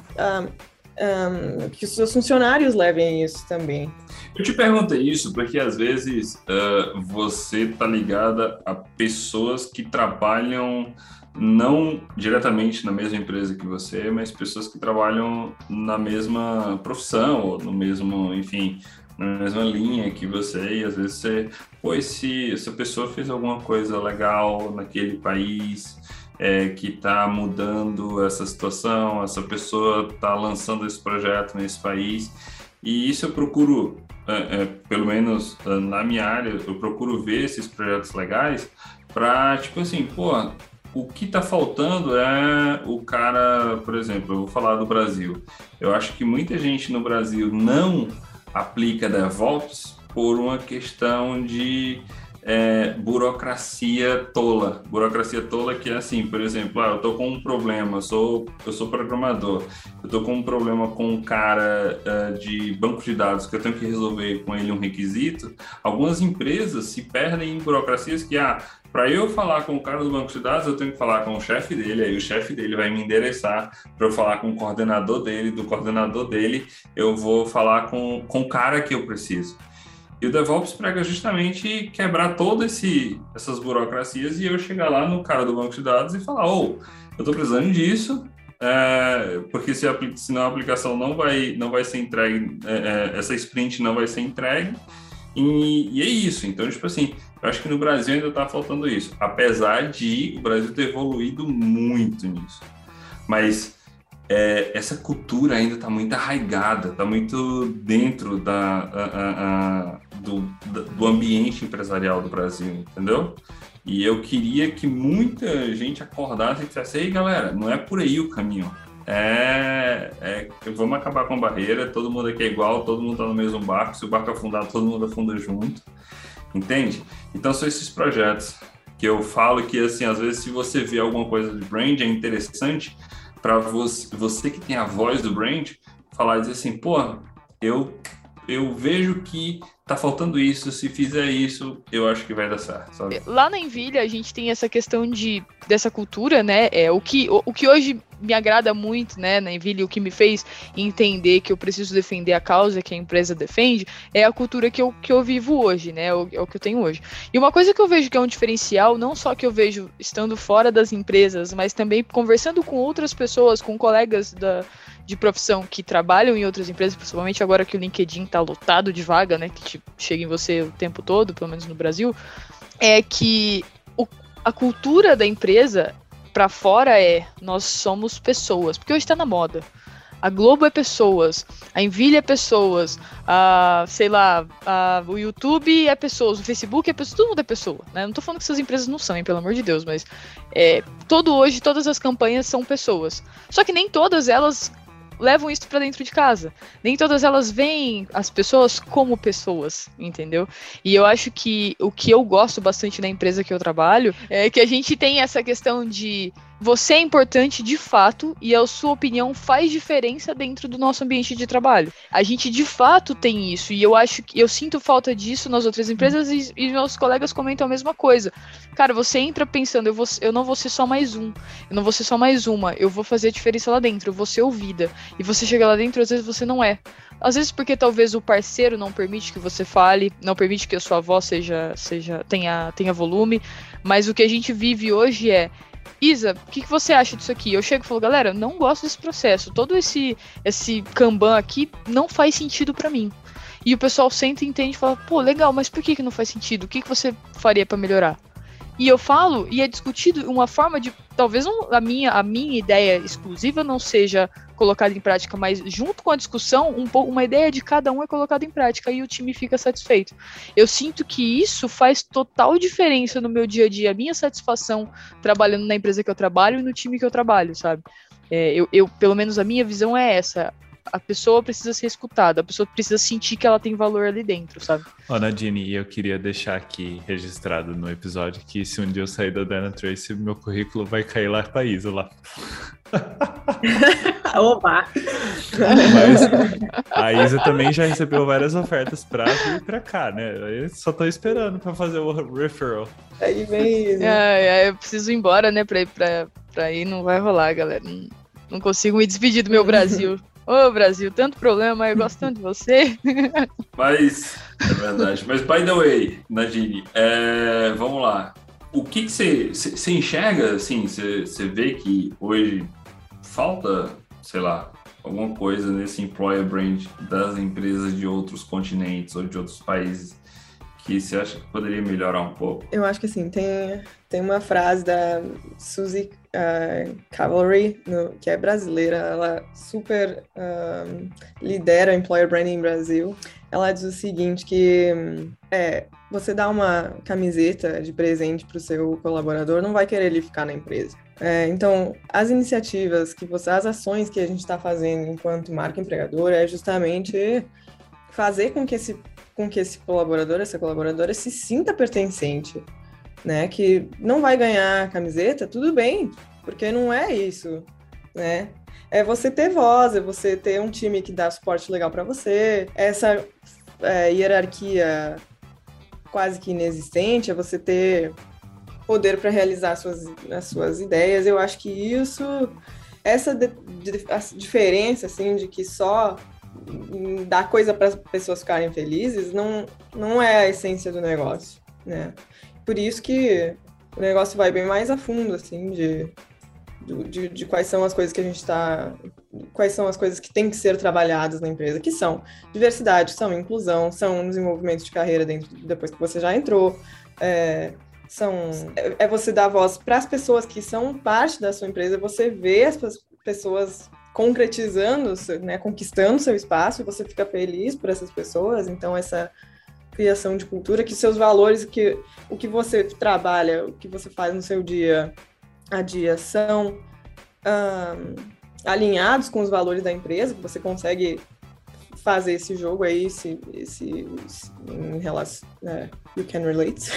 que os seus funcionários levem isso também. Eu te perguntei isso porque às vezes você está ligada a pessoas que trabalham não diretamente na mesma empresa que você, mas pessoas que trabalham na mesma profissão ou no mesmo, enfim, na mesma linha que você, e às vezes se essa pessoa fez alguma coisa legal naquele país, que está mudando essa situação, essa pessoa está lançando esse projeto nesse país, e isso eu procuro, pelo menos na minha área, eu procuro ver esses projetos legais para, tipo assim, o que está faltando é o cara, por exemplo, eu vou falar do Brasil, eu acho que muita gente no Brasil não aplica DevOps por uma questão de burocracia tola. Burocracia tola que é assim, por exemplo, eu tô com um problema, eu sou programador, eu tô com um problema com um cara de banco de dados que eu tenho que resolver com ele um requisito. Algumas empresas se perdem em burocracias que, para eu falar com o cara do banco de dados, eu tenho que falar com o chefe dele, aí o chefe dele vai me endereçar para eu falar com o coordenador dele, do coordenador dele eu vou falar com o cara que eu preciso. E o DevOps prega justamente quebrar todas essas burocracias e eu chegar lá no cara do banco de dados e falar, eu estou precisando disso, porque senão a aplicação não vai ser entregue, essa sprint não vai ser entregue, e é isso. Então, tipo assim, eu acho que no Brasil ainda está faltando isso, apesar de o Brasil ter evoluído muito nisso. Mas essa cultura ainda está muito arraigada, está muito dentro do ambiente empresarial do Brasil, entendeu? E eu queria que muita gente acordasse e dissesse, ei, galera, não é por aí o caminho. Vamos acabar com a barreira, todo mundo aqui é igual, todo mundo está no mesmo barco, se o barco afundar, todo mundo afunda junto, entende? Então são esses projetos que eu falo que, assim, às vezes se você vê alguma coisa de brand, é interessante para você que tem a voz do brand, falar e dizer assim, eu vejo que tá faltando isso, se fizer isso, eu acho que vai dar certo, sabe? Lá na Envilha, a gente tem essa questão dessa cultura, né? O que hoje me agrada muito, né, na Envilha, o que me fez entender que eu preciso defender a causa que a empresa defende, é a cultura que eu vivo hoje, né? É o que eu tenho hoje. E uma coisa que eu vejo que é um diferencial, não só que eu vejo estando fora das empresas, mas também conversando com outras pessoas, com colegas de profissão que trabalham em outras empresas, principalmente agora que o LinkedIn tá lotado de vaga, né, que chega em você o tempo todo, pelo menos no Brasil, é que a cultura da empresa para fora nós somos pessoas, porque hoje está na moda. A Globo é pessoas, a Envilha é pessoas, o YouTube é pessoas, o Facebook é pessoas, todo mundo é pessoa, né? Não tô falando que essas empresas não são, hein, pelo amor de Deus, mas hoje todas as campanhas são pessoas. Só que nem todas elas levam isso para dentro de casa. Nem todas elas veem as pessoas como pessoas, entendeu? E eu acho que o que eu gosto bastante da empresa que eu trabalho é que a gente tem essa questão de você é importante de fato e a sua opinião faz diferença dentro do nosso ambiente de trabalho. A gente de fato tem isso e eu acho que eu sinto falta disso nas outras empresas e meus colegas comentam a mesma coisa. Cara, você entra pensando, eu não vou ser só mais um, eu não vou ser só mais uma, eu vou fazer a diferença lá dentro, eu vou ser ouvida. E você chega lá dentro, às vezes você não é. Às vezes porque talvez o parceiro não permite que você fale, não permite que a sua voz tenha volume, mas o que a gente vive hoje Isa, o que você acha disso aqui? Eu chego e falo, galera, não gosto desse processo. Todo esse Kanban aqui não faz sentido pra mim. E o pessoal senta e entende e fala, legal, mas por que não faz sentido? O que você faria pra melhorar? E eu falo, e é discutido uma forma de, talvez a minha ideia exclusiva não seja colocada em prática, mas junto com a discussão, uma ideia de cada um é colocada em prática e o time fica satisfeito. Eu sinto que isso faz total diferença no meu dia a dia, a minha satisfação trabalhando na empresa que eu trabalho e no time que eu trabalho, sabe? Pelo menos a minha visão é essa. A pessoa precisa ser escutada, a pessoa precisa sentir que ela tem valor ali dentro, sabe? Nadine, eu queria deixar aqui registrado no episódio que se um dia eu sair da Dana Tracy, meu currículo vai cair lá pra Isa lá. Opa! Mas a Isa também já recebeu várias ofertas pra vir pra cá, né? Eu só tô esperando pra fazer o referral. Aí vem Isa. Eu preciso ir embora, né? Pra ir não vai rolar, galera. Não consigo me despedir do meu Brasil. Ô, Brasil, tanto problema, eu gosto tanto de você. Mas, é verdade. Mas, by the way, Nadine, vamos lá. O que você enxerga, assim, você vê que hoje falta, sei lá, alguma coisa nesse employer brand das empresas de outros continentes ou de outros países que você acha que poderia melhorar um pouco? Eu acho que assim, tem uma frase da Suzy Cavalry, que é brasileira, ela super lidera o Employer Branding Brasil. Ela diz o seguinte, que você dá uma camiseta de presente para o seu colaborador, não vai querer ele ficar na empresa. Então, as iniciativas, as ações que a gente está fazendo enquanto marca empregadora é justamente fazer com que esse com que esse colaborador, essa colaboradora se sinta pertencente, né? Que não vai ganhar camiseta, tudo bem, porque não é isso, né? É você ter voz, é você ter um time que dá suporte legal para você, essa hierarquia quase que inexistente, é você ter poder para realizar as suas ideias. Eu acho que isso, essa a diferença, assim, de que só dar coisa para as pessoas ficarem felizes, não é a essência do negócio, né? Por isso que o negócio vai bem mais a fundo, assim, de quais são as coisas que a gente quais são as coisas que têm que ser trabalhadas na empresa, que são diversidade, são inclusão, são desenvolvimento de carreira depois que você já entrou, é você dar voz para as pessoas que são parte da sua empresa, você vê as pessoas concretizando, né, conquistando seu espaço, e você fica feliz por essas pessoas. Então, essa criação de cultura, que seus valores, o que você trabalha, o que você faz no seu dia a dia são alinhados com os valores da empresa, que você consegue fazer esse jogo aí, em relação, you can relate.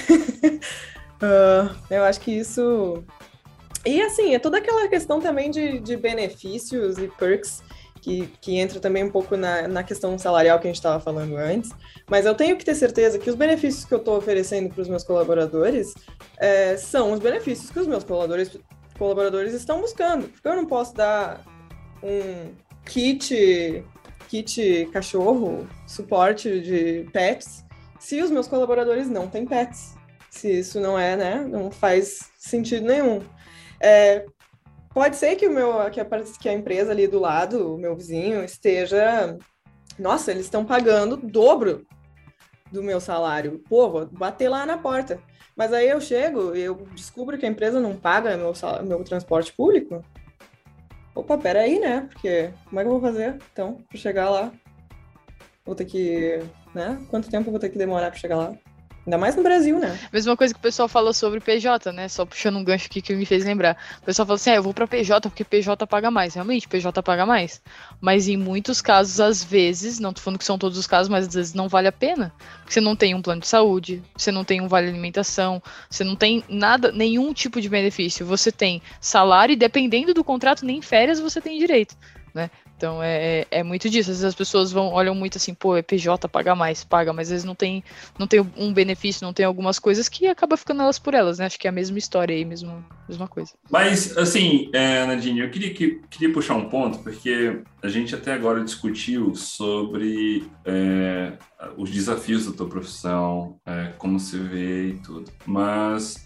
Eu acho que isso... E, assim, é toda aquela questão também de benefícios e perks, que entra também um pouco na questão salarial que a gente estava falando antes, mas eu tenho que ter certeza que os benefícios que eu estou oferecendo para os meus colaboradores são os benefícios que os meus colaboradores estão buscando, porque eu não posso dar um kit cachorro, suporte de pets, se os meus colaboradores não têm pets, se isso não né, não faz sentido nenhum. Pode ser que a empresa ali do lado, o meu vizinho, esteja... Nossa, eles estão pagando o dobro do meu salário. Pô, vou bater lá na porta. Mas aí eu chego e eu descubro que a empresa não paga meu transporte público. Opa, peraí, né? Porque como é que eu vou fazer, então, para chegar lá? Vou ter que... né? Quanto tempo eu vou ter que demorar para chegar lá? Ainda mais no Brasil, né? Mesma coisa que o pessoal fala sobre PJ, né? Só puxando um gancho aqui que me fez lembrar. O pessoal fala assim, eu vou pra PJ porque PJ paga mais. Realmente, PJ paga mais. Mas em muitos casos, às vezes, não tô falando que são todos os casos, mas às vezes não vale a pena. Porque você não tem um plano de saúde, você não tem um vale alimentação, você não tem nada, nenhum tipo de benefício. Você tem salário e dependendo do contrato, nem férias você tem direito, né? Então é muito disso. Às vezes as pessoas olham muito assim, pô, PJ paga mais, paga, mas às vezes não tem um benefício, não tem algumas coisas que acaba ficando elas por elas, né? Acho que é a mesma história aí, mesma coisa. Mas, assim, Nadine, eu queria puxar um ponto, porque a gente até agora discutiu sobre os desafios da tua profissão, como se vê e tudo. Mas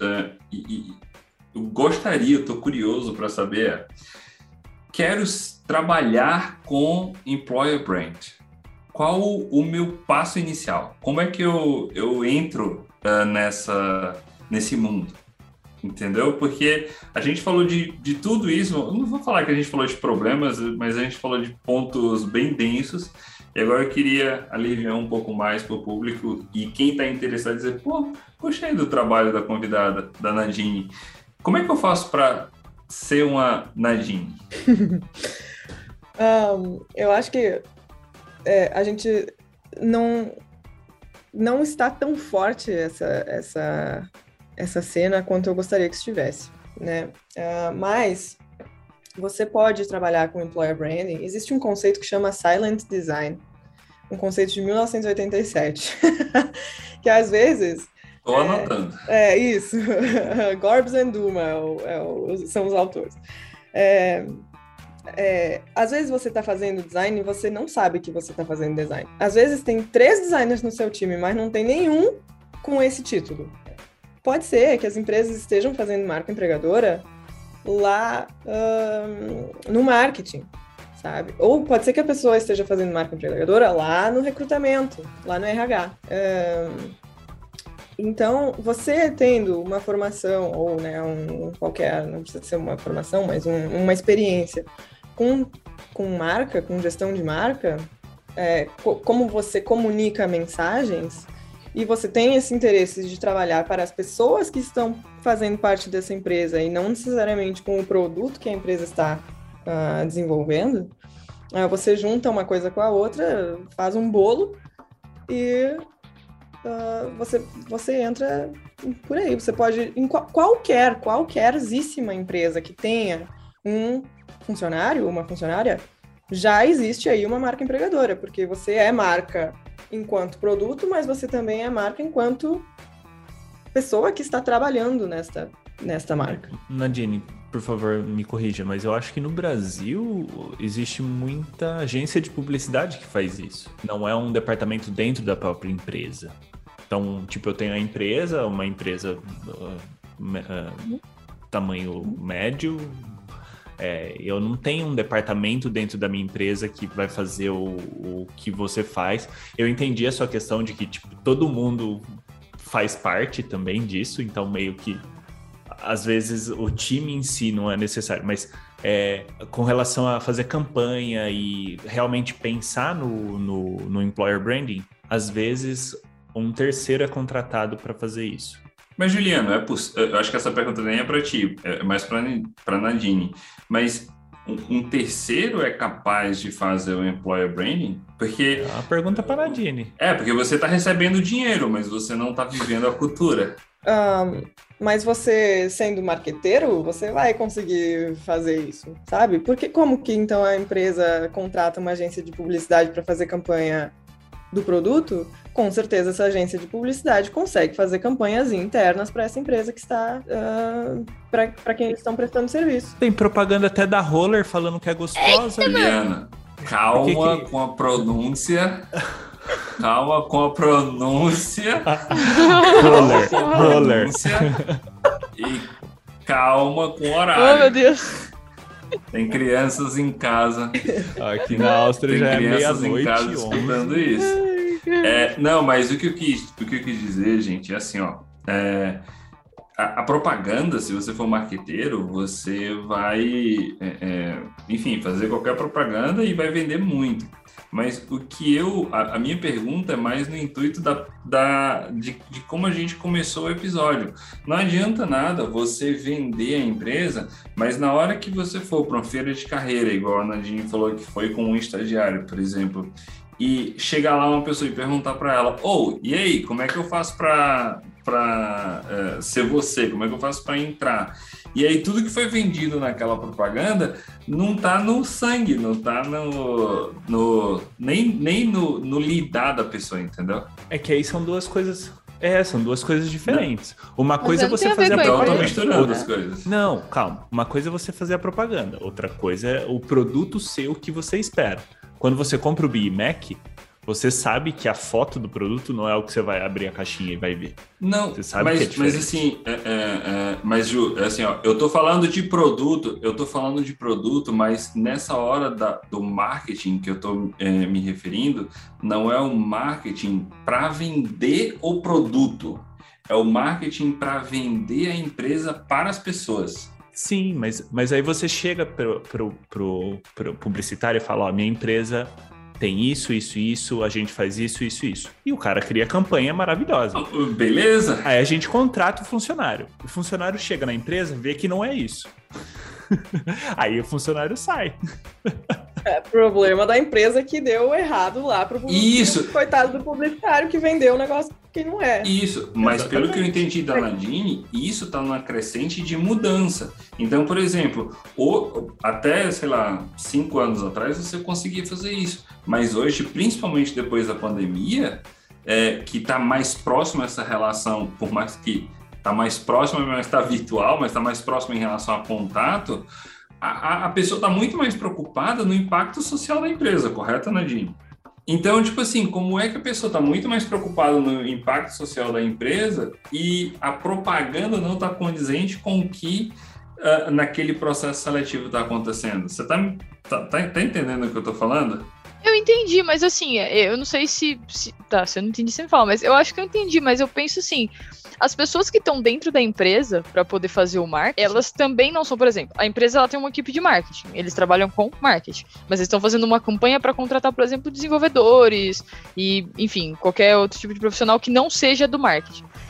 eu tô curioso para saber... Quero trabalhar com Employer Brand. Qual o meu passo inicial? Como é que eu entro nesse mundo? Entendeu? Porque a gente falou de tudo isso. Eu não vou falar que a gente falou de problemas, mas a gente falou de pontos bem densos. E agora eu queria aliviar um pouco mais para o público. E quem está interessado dizer, pô, gostei do trabalho da convidada, da Nadine. Como é que eu faço para ser uma Nadine? Eu acho que a gente não está tão forte essa cena quanto eu gostaria que estivesse, né? Mas você pode trabalhar com Employer Branding. Existe um conceito que chama Silent Design, um conceito de 1987, que às vezes... Estou anotando. Isso. Gorbs and Duma são os autores. Às vezes você está fazendo design e você não sabe que você está fazendo design. Às vezes tem 3 designers no seu time, mas não tem nenhum com esse título. Pode ser que as empresas estejam fazendo marca empregadora lá no marketing, sabe? Ou pode ser que a pessoa esteja fazendo marca empregadora lá no recrutamento, lá no RH. Então, você tendo uma formação, ou né, qualquer, não precisa ser uma formação, mas uma experiência com marca, com gestão de marca, como você comunica mensagens, e você tem esse interesse de trabalhar para as pessoas que estão fazendo parte dessa empresa, e não necessariamente com o produto que a empresa está desenvolvendo, você junta uma coisa com a outra, faz um bolo, e você entra por aí. Você pode, em qualquerzíssima empresa que tenha um funcionário, uma funcionária, já existe aí uma marca empregadora, porque você é marca enquanto produto, mas você também é marca enquanto pessoa que está trabalhando nesta marca. Nadine, por favor, me corrija, mas eu acho que no Brasil existe muita agência de publicidade que faz isso. Não é um departamento dentro da própria empresa. Então, tipo, eu tenho uma empresa tamanho médio. Eu não tenho um departamento dentro da minha empresa que vai fazer o que você faz. Eu entendi a sua questão de que, tipo, todo mundo faz parte também disso, então meio que às vezes o time em si não é necessário, mas com relação a fazer campanha e realmente pensar no employer branding, às vezes um terceiro é contratado para fazer isso. Mas, Juliano, eu acho que essa pergunta nem é para ti, é mais para Nadine. Mas um terceiro é capaz de fazer o employer branding? Porque... É uma pergunta para Nadine. Porque você está recebendo dinheiro, mas você não está vivendo a cultura. Mas você, sendo marqueteiro, você vai conseguir fazer isso, sabe? Porque como que, então, a empresa contrata uma agência de publicidade para fazer campanha do produto? Com certeza essa agência de publicidade consegue fazer campanhas internas para essa empresa que está para quem eles estão prestando serviço. Tem propaganda até da Roller falando que é gostosa. Juliana, calma com a pronúncia. Calma com a pronúncia. Roller. E calma com o horário. Oh, meu Deus. Tem crianças em casa. Aqui na Áustria já é meia-noite. Tem crianças em casa escutando isso. Não, mas o que eu quis dizer, gente, é assim, ó. A propaganda, se você for marqueteiro, você vai, enfim, fazer qualquer propaganda e vai vender muito. Mas o que a minha pergunta é mais no intuito de como a gente começou o episódio. Não adianta nada você vender a empresa, mas na hora que você for para uma feira de carreira, igual a Nadine falou que foi com um estagiário, por exemplo, e chegar lá uma pessoa e perguntar para ela, e aí, como é que eu faço para ser você? Como é que eu faço para entrar? E aí tudo que foi vendido naquela propaganda não tá no sangue, não tá nem no lidar da pessoa, entendeu? É que aí são duas coisas... são duas coisas diferentes. Uma coisa é você tem a ver fazer a com Então, eu propaganda. tô misturando as coisas. Não, calma. Uma coisa é você fazer a propaganda. Outra coisa é o produto seu que você espera. Quando você compra o Big Mac, você sabe que a foto do produto não é o que você vai abrir a caixinha e vai ver. Não, você sabe que é diferente. Mas assim, mas Ju, assim, ó, eu tô falando de produto, mas nessa hora do marketing que eu tô me referindo, não é o marketing para vender o produto, é o marketing para vender a empresa para as pessoas. Sim, mas aí você chega pro publicitário e fala, minha empresa tem isso, a gente faz isso. E o cara cria campanha maravilhosa. Beleza. Aí a gente contrata o funcionário. O funcionário chega na empresa, vê que não é isso. Aí o funcionário sai. Problema da empresa que deu errado lá pro Isso. Coitado do publicitário que vendeu o negócio que não é. Isso, mas pelo que eu entendi da Nadine, isso está numa crescente de mudança. Então, por exemplo, até, 5 anos atrás você conseguia fazer isso. Mas hoje, principalmente depois da pandemia, que está mais próximo essa relação, por mais que está mais próximo, mas está virtual, mas está mais próximo em relação a contato, a pessoa está muito mais preocupada no impacto social da empresa, correto, Nadine? Então, tipo assim, como é que a pessoa está muito mais preocupada no impacto social da empresa e a propaganda não está condizente com o que naquele processo seletivo está acontecendo? Você tá entendendo o que eu estou falando? Eu entendi, mas assim, eu não sei se eu não entendi, você me fala, mas eu acho que eu entendi, mas eu penso assim, as pessoas que estão dentro da empresa para poder fazer o marketing, elas também não são, por exemplo, a empresa ela tem uma equipe de marketing, eles trabalham com marketing, mas eles estão fazendo uma campanha para contratar, por exemplo, desenvolvedores e, enfim, qualquer outro tipo de profissional que não seja do marketing.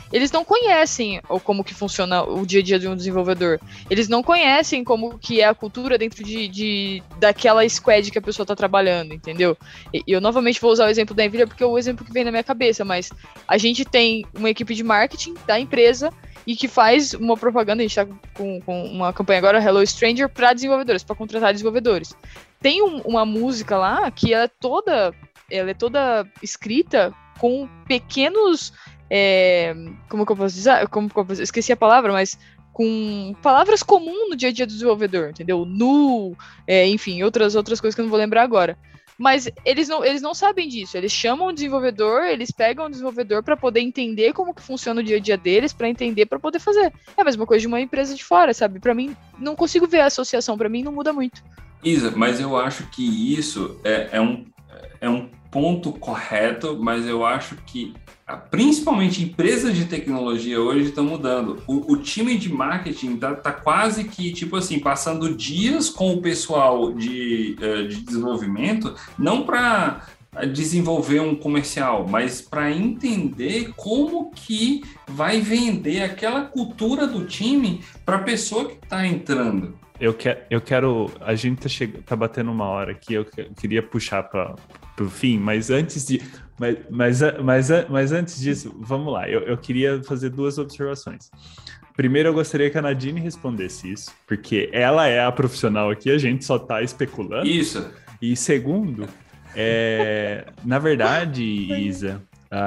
eles não conhecem como que funciona o dia a dia de um desenvolvedor. Eles não conhecem como que é a cultura dentro daquela squad que a pessoa está trabalhando, entendeu? E eu novamente vou usar o exemplo da Nvidia porque é o exemplo que vem na minha cabeça, mas a gente tem uma equipe de marketing da empresa e que faz uma propaganda, a gente está com uma campanha agora, Hello Stranger, para desenvolvedores, para contratar desenvolvedores. Tem uma música lá que ela é toda escrita com pequenos... como que eu posso dizer? Esqueci a palavra, mas com palavras comuns no dia a dia do desenvolvedor, entendeu? Enfim, outras coisas que eu não vou lembrar agora. Mas eles não sabem disso. Eles chamam o desenvolvedor, eles pegam o desenvolvedor para poder entender como que funciona o dia a dia deles, para entender, para poder fazer. É a mesma coisa de uma empresa de fora, sabe? Para mim, não consigo ver a associação. Para mim, não muda muito. Isa, mas eu acho que isso é um ponto correto, mas eu acho que principalmente empresas de tecnologia hoje estão mudando. O time de marketing tá quase que, tipo assim, passando dias com o pessoal de desenvolvimento, não para desenvolver um comercial, mas para entender como que vai vender aquela cultura do time para a pessoa que está entrando. Eu quero. A gente tá batendo uma hora aqui, eu queria puxar para o fim, mas antes de. Mas antes disso, vamos lá. Eu queria fazer 2 observações. Primeiro, eu gostaria que a Nadine respondesse isso, porque ela é a profissional aqui, a gente só tá especulando. Isso. E segundo, na verdade, Isa,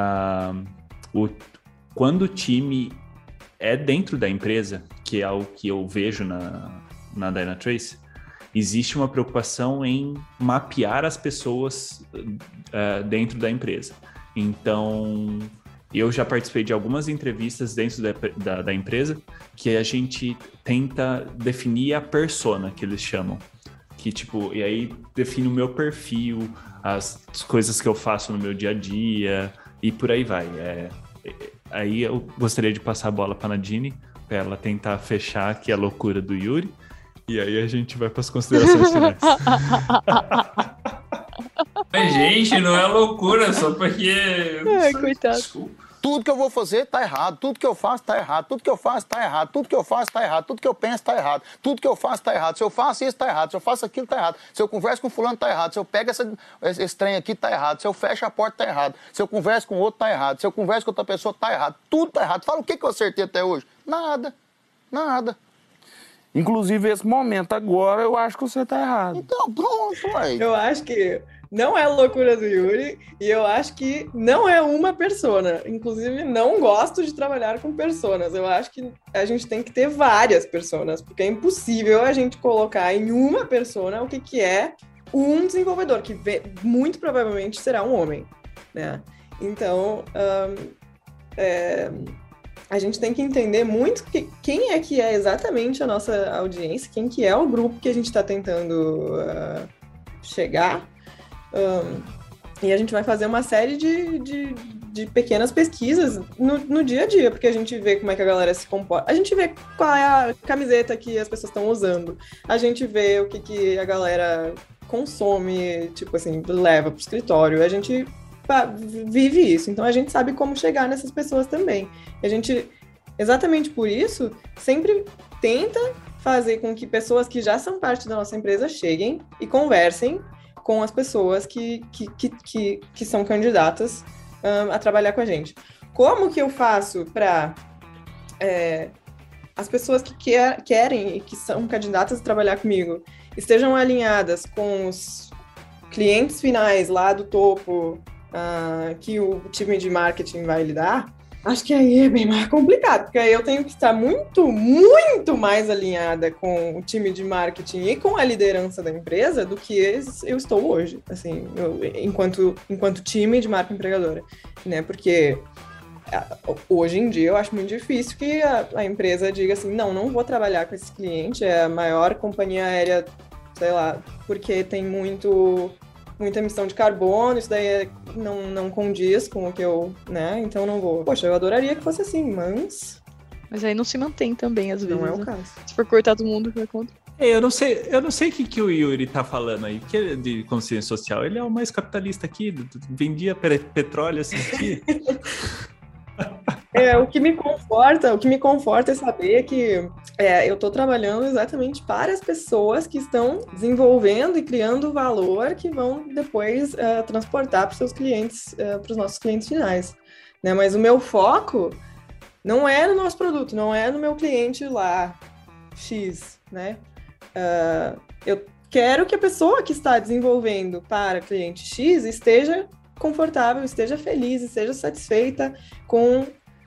quando o time é dentro da empresa, que é o que eu vejo na Dynatrace, existe uma preocupação em mapear as pessoas dentro da empresa. Então, eu já participei de algumas entrevistas dentro da empresa que a gente tenta definir a persona, que eles chamam. Que, tipo, e aí define o meu perfil, as coisas que eu faço no meu dia a dia e por aí vai. Aí eu gostaria de passar a bola para a Nadine, para ela tentar fechar aqui a loucura do Yuri. E aí a gente vai para as considerações finais. Mas, gente, não é loucura, só porque... Coitado. Desculpa. Tudo que eu vou fazer tá errado, tudo que eu faço tá errado, tudo que eu faço tá errado, tudo que eu faço tá errado, tudo que eu penso tá errado, tudo que eu faço tá errado, se eu faço isso tá errado, se eu faço aquilo tá errado, se eu converso com fulano tá errado, se eu pego esse trem aqui tá errado, se eu fecho a porta tá errado, se eu converso com outro tá errado, se eu converso com outra pessoa tá errado, tudo tá errado. Fala o que eu acertei até hoje? Nada. Inclusive, esse momento agora, eu acho que você tá errado. Então, pronto, ué. Eu acho que não é a loucura do Yuri e eu acho que não é uma persona. Inclusive, não gosto de trabalhar com personas. Eu acho que a gente tem que ter várias personas, porque é impossível a gente colocar em uma persona o que é um desenvolvedor, que muito provavelmente será um homem, né? Então, a gente tem que entender muito quem é que é exatamente a nossa audiência, quem que é o grupo que a gente está tentando chegar. E a gente vai fazer uma série de pequenas pesquisas no dia a dia, porque a gente vê como é que a galera se comporta, a gente vê qual é a camiseta que as pessoas estão usando, a gente vê o que a galera consome, tipo assim, leva pro escritório, a gente vive isso, então a gente sabe como chegar nessas pessoas também. A gente, exatamente por isso, sempre tenta fazer com que pessoas que já são parte da nossa empresa cheguem e conversem com as pessoas que são candidatas a trabalhar com a gente. Como que eu faço para as pessoas que querem e que são candidatas a trabalhar comigo estejam alinhadas com os clientes finais lá do topo que o time de marketing vai lidar? Acho que aí é bem mais complicado, porque aí eu tenho que estar muito, muito mais alinhada com o time de marketing e com a liderança da empresa do que eu estou hoje, assim, enquanto time de marca empregadora, né? Porque hoje em dia eu acho muito difícil que a empresa diga assim, não vou trabalhar com esse cliente, é a maior companhia aérea, sei lá, porque tem muita emissão de carbono, isso daí não condiz com o que eu, né, então não vou. Poxa, eu adoraria que fosse assim, mas aí não se mantém também, às vezes. Não é o né? caso. Se for cortar todo mundo, vai contra. Eu não sei o que o Yuri tá falando aí, porque de consciência social, ele é o mais capitalista aqui, vendia petróleo, assistia. O que me conforta é saber que eu estou trabalhando exatamente para as pessoas que estão desenvolvendo e criando valor que vão depois transportar para os seus clientes, para os nossos clientes finais. Né? Mas o meu foco não é no nosso produto, não é no meu cliente lá, X, né? Eu quero que a pessoa que está desenvolvendo para cliente X esteja confortável, esteja feliz, esteja satisfeita com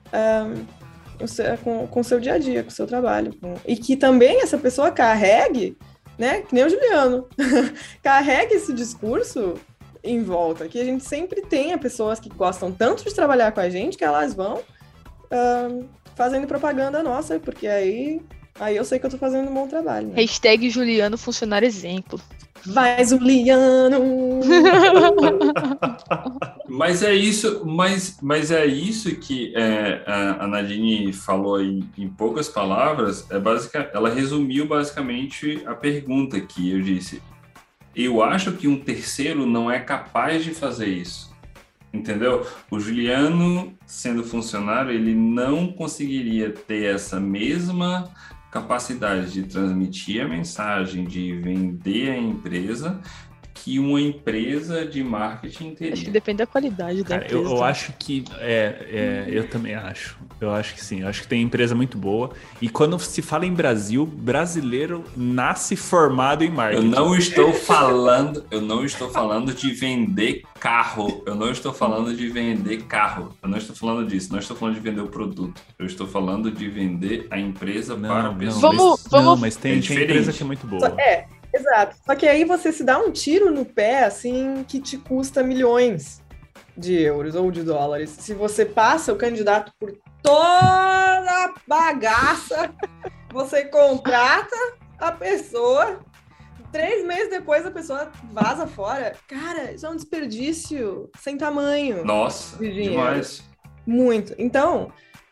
o seu dia a dia, com o seu trabalho. E que também essa pessoa carregue, né, que nem o Juliano, carregue esse discurso em volta, que a gente sempre tenha pessoas que gostam tanto de trabalhar com a gente que elas vão fazendo propaganda nossa, porque aí eu sei que eu tô fazendo um bom trabalho. Né? Hashtag Juliano funcionário exemplo. Vai, Juliano! Mas é isso que a Nadine falou em poucas palavras. Ela resumiu basicamente a pergunta que eu disse. Eu acho que um terceiro não é capaz de fazer isso. Entendeu? O Juliano, sendo funcionário, ele não conseguiria ter essa mesma capacidade de transmitir a mensagem, de vender a empresa, que uma empresa de marketing teria. Acho que depende da qualidade da empresa. Eu acho que eu também acho. Eu acho que sim. Eu acho que tem empresa muito boa. E quando se fala em Brasil, brasileiro nasce formado em marketing. Eu não estou falando de vender carro. Eu não estou falando de vender carro. Eu não estou falando disso. Não estou falando de vender o produto. Eu estou falando de vender a empresa para pessoas. Mas tem empresa que é muito boa. Exato. Só que aí você se dá um tiro no pé, assim, que te custa milhões de euros ou de dólares. Se você passa o candidato por toda a bagaça, você contrata a pessoa, 3 meses depois a pessoa vaza fora. Cara, isso é um desperdício sem tamanho. Nossa, demais. Muito. Então,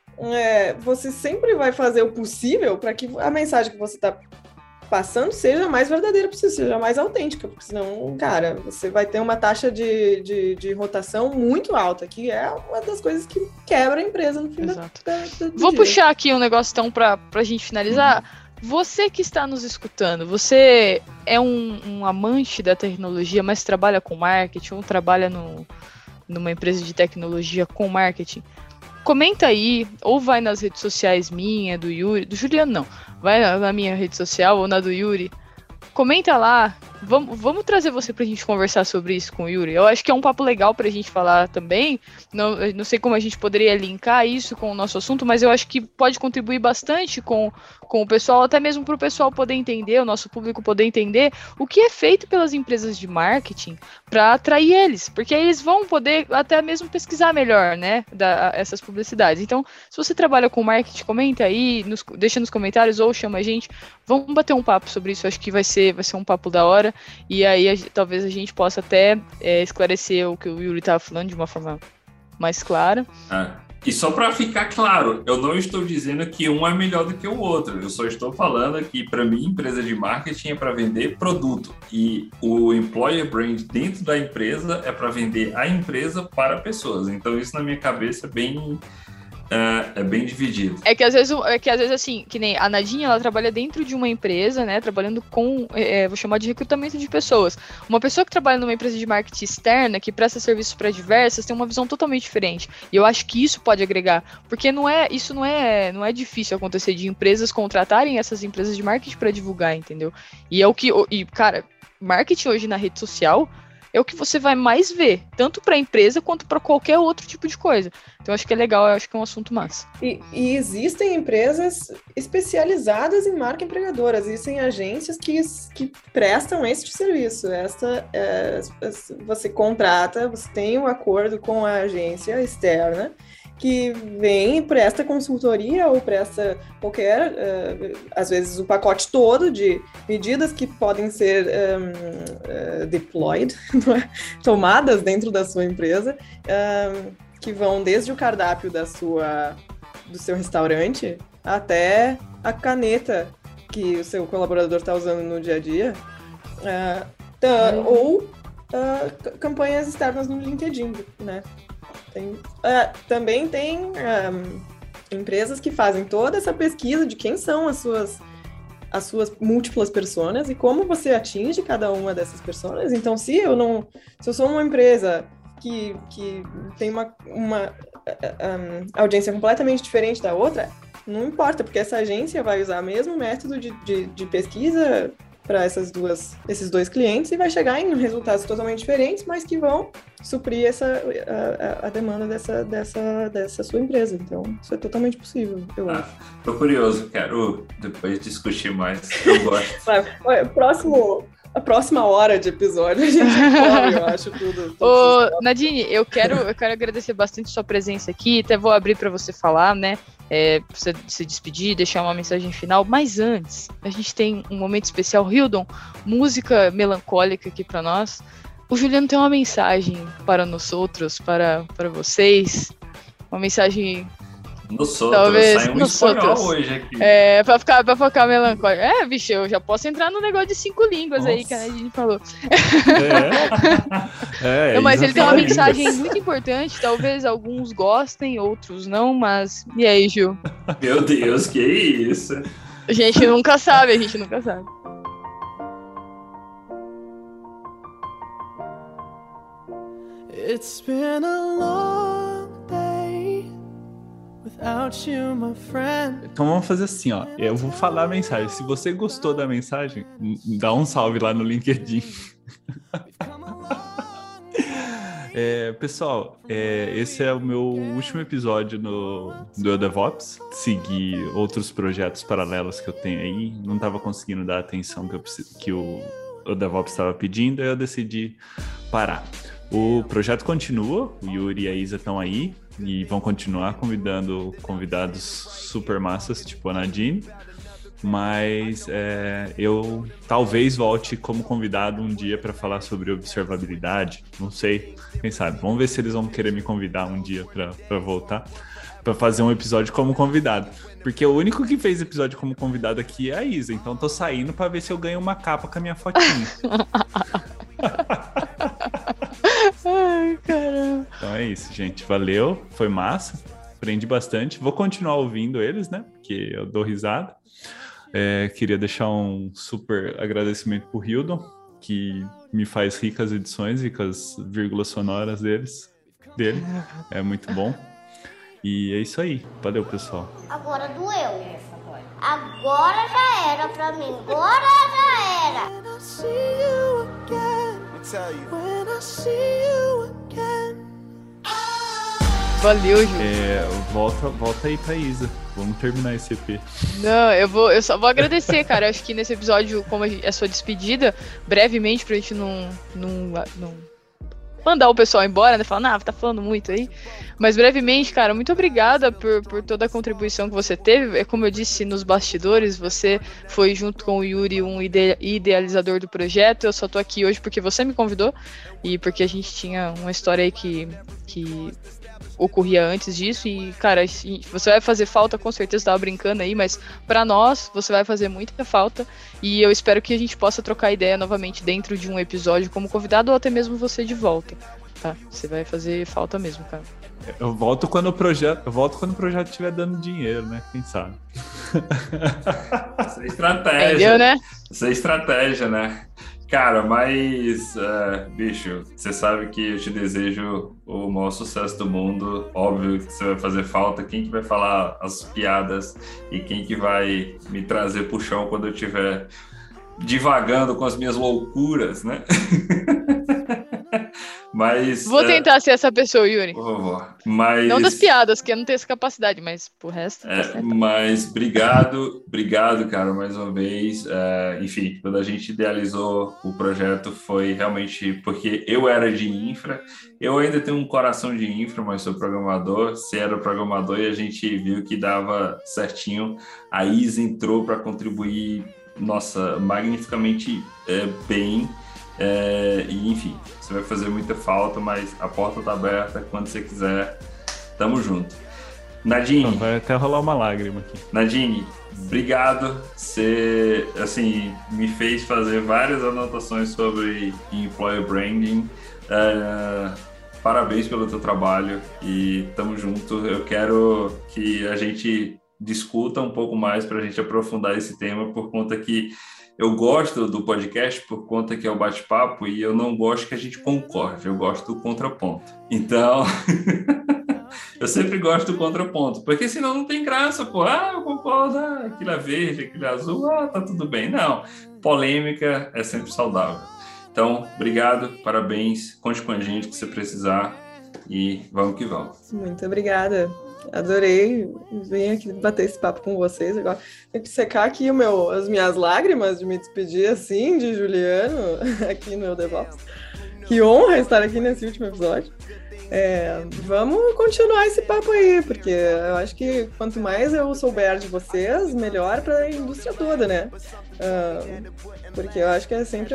você sempre vai fazer o possível para que a mensagem que você está passando seja mais verdadeira possível, seja mais autêntica, porque senão, cara, você vai ter uma taxa de rotação muito alta, que é uma das coisas que quebra a empresa no fim do Vou dia. puxar aqui um negócio então pra gente finalizar. Você que está nos escutando, você é um amante da tecnologia, mas trabalha com marketing, ou trabalha numa empresa de tecnologia com marketing? Comenta aí, ou vai nas redes sociais minha, do Yuri, do Juliano não, vai na minha rede social ou na do Yuri, comenta lá, vamos trazer você pra gente conversar sobre isso com o Yuri. Eu acho que é um papo legal pra gente falar também, não sei como a gente poderia linkar isso com o nosso assunto, mas eu acho que pode contribuir bastante com o pessoal, até mesmo pro pessoal poder entender, o nosso público poder entender o que é feito pelas empresas de marketing para atrair eles, porque aí eles vão poder até mesmo pesquisar melhor, né, essas publicidades. Então, se você trabalha com marketing, comenta aí, deixa nos comentários ou chama a gente, vamos bater um papo sobre isso, acho que vai ser um papo da hora, e aí talvez a gente possa até esclarecer o que o Yuri estava falando de uma forma mais clara. E só para ficar claro, eu não estou dizendo que um é melhor do que o outro, eu só estou falando que, para mim, empresa de marketing é para vender produto, e o employer brand dentro da empresa é para vender a empresa para pessoas. Então, isso na minha cabeça é bem dividido. É que às vezes assim, que nem a Nadinha, ela trabalha dentro de uma empresa, né, trabalhando com, vou chamar de recrutamento de pessoas. Uma pessoa que trabalha numa empresa de marketing externa, que presta serviços para diversas, tem uma visão totalmente diferente. E eu acho que isso pode agregar, porque não é difícil acontecer de empresas contratarem essas empresas de marketing para divulgar, entendeu? Cara, marketing hoje na rede social é o que você vai mais ver, tanto para a empresa quanto para qualquer outro tipo de coisa. Então, acho que é legal, eu acho que é um assunto massa. E existem empresas especializadas em marca empregadora, existem agências que prestam esse serviço. Você contrata, você tem um acordo com a agência externa, que vem e presta consultoria ou presta qualquer, às vezes o pacote todo de medidas que podem ser deployed, tomadas dentro da sua empresa, que vão desde o cardápio do seu restaurante até a caneta que o seu colaborador está usando no dia a dia, ou campanhas externas no LinkedIn, né? Também tem empresas que fazem toda essa pesquisa de quem são as suas múltiplas personas e como você atinge cada uma dessas personas. Então, se eu sou uma empresa que tem uma audiência completamente diferente da outra, não importa, porque essa agência vai usar o mesmo método de pesquisa para esses dois clientes e vai chegar em resultados totalmente diferentes, mas que vão suprir a demanda dessa sua empresa. Então, isso é totalmente possível, eu acho. Tô curioso, quero depois discutir mais. Eu gosto. A próxima hora de episódio a gente cobre, eu acho, tudo. Ô, Nadine, eu quero agradecer bastante sua presença aqui, até vou abrir para você falar, né? Pra você se despedir, deixar uma mensagem final, mas antes, a gente tem um momento especial. Hildon, música melancólica aqui para nós. O Juliano tem uma mensagem para nós outros, para vocês, uma mensagem... Talvez sai um espanhol hoje aqui. Pra ficar melancólico. Bicho, eu já posso entrar no negócio de 5 línguas. Nossa. Aí que a gente falou. Não, mas ele tem uma mensagem muito importante. Talvez alguns gostem, outros não, mas... E aí, Gil? Meu Deus, que isso? A gente nunca sabe. It's been a long day without you, my friend. Então vamos fazer assim, ó. Eu vou falar a mensagem. Se você gostou da mensagem, dá um salve lá no LinkedIn. Pessoal, esse é o meu último episódio do DevOps. Segui outros projetos paralelos que eu tenho aí. Não estava conseguindo dar a atenção que o DevOps estava pedindo, aí eu decidi parar. O projeto continua, o Yuri e a Isa estão aí e vão continuar convidando convidados super massas, tipo a Nadine, mas eu talvez volte como convidado um dia para falar sobre observabilidade, não sei, quem sabe. Vamos ver se eles vão querer me convidar um dia para voltar, para fazer um episódio como convidado, porque o único que fez episódio como convidado aqui é a Isa, então tô saindo para ver se eu ganho uma capa com a minha fotinha. Ai, caramba. Então é isso, gente. Valeu, foi massa. Aprendi bastante. Vou continuar ouvindo eles, né? Porque eu dou risada. Queria deixar um super agradecimento pro Hildon, que me faz ricas edições, ricas vírgulas sonoras dele. É muito bom. E é isso aí. Valeu, pessoal. Agora doeu. Agora já era pra mim. Agora já era. Valeu, Ju. Volta aí pra Isa. Vamos terminar esse EP. Não, eu só vou agradecer, cara. Eu acho que nesse episódio, como é a sua despedida, brevemente, pra gente não mandar o pessoal embora, né? Falar, tá falando muito aí. Mas brevemente, cara, muito obrigada por toda a contribuição que você teve. Como eu disse nos bastidores, você foi junto com o Yuri um idealizador do projeto. Eu só tô aqui hoje porque você me convidou e porque a gente tinha uma história aí que ocorria antes disso. E, cara, você vai fazer falta, com certeza, tava brincando aí, mas pra nós, você vai fazer muita falta. E eu espero que a gente possa trocar ideia novamente dentro de um episódio como convidado ou até mesmo você de volta. Tá, você vai fazer falta mesmo, cara. Eu volto quando o projeto estiver dando dinheiro, né? Quem sabe? Essa é estratégia. Entendeu, né? Essa é estratégia, né? Cara, mas, bicho, você sabe que eu te desejo o maior sucesso do mundo. Óbvio que você vai fazer falta. Quem que vai falar as piadas e quem que vai me trazer pro chão quando eu estiver divagando com as minhas loucuras, né? Mas, vou tentar ser essa pessoa, Yuri. Mas, não das piadas, que eu não tenho essa capacidade, mas pro resto... mas obrigado, cara, mais uma vez. Enfim, quando a gente idealizou o projeto foi realmente porque eu era de infra, eu ainda tenho um coração de infra, mas sou programador. Você era programador e a gente viu que dava certinho. A Isa entrou para contribuir, magnificamente bem. E enfim, você vai fazer muita falta, mas a porta tá aberta. Quando você quiser, tamo junto. Nadine, vai até rolar uma lágrima aqui. Nadine, obrigado. Você, assim, me fez fazer várias anotações sobre employer branding. parabéns pelo teu trabalho e tamo junto. Eu quero que a gente discuta um pouco mais para a gente aprofundar esse tema, por conta que eu gosto do podcast, por conta que é o bate-papo, e eu não gosto que a gente concorde, eu gosto do contraponto. Então, eu sempre gosto do contraponto, porque senão não tem graça, pô. Eu concordo, aquilo é verde, aquilo é azul, tá tudo bem. Não, polêmica é sempre saudável. Então, obrigado, parabéns, conte com a gente que você precisar e vamos que vamos. Muito obrigada. Adorei vir aqui bater esse papo com vocês. Agora tem que secar aqui as minhas lágrimas de me despedir assim de Juliano aqui no DevOps. Que honra estar aqui nesse último episódio. Vamos continuar esse papo aí, porque eu acho que quanto mais eu souber de vocês, melhor para a indústria toda, né? Porque eu acho que é sempre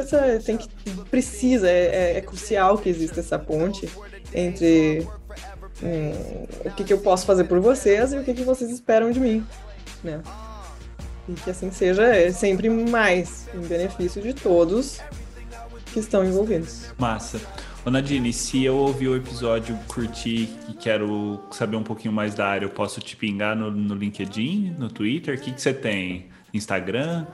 é crucial que exista essa ponte entre o que eu posso fazer por vocês e o que vocês esperam de mim, né? E que assim seja sempre mais em benefício de todos que estão envolvidos. Massa. Ô Nadine, se eu ouvir o episódio, curtir e quero saber um pouquinho mais da área, eu posso te pingar no LinkedIn, no Twitter? O que você tem? Instagram?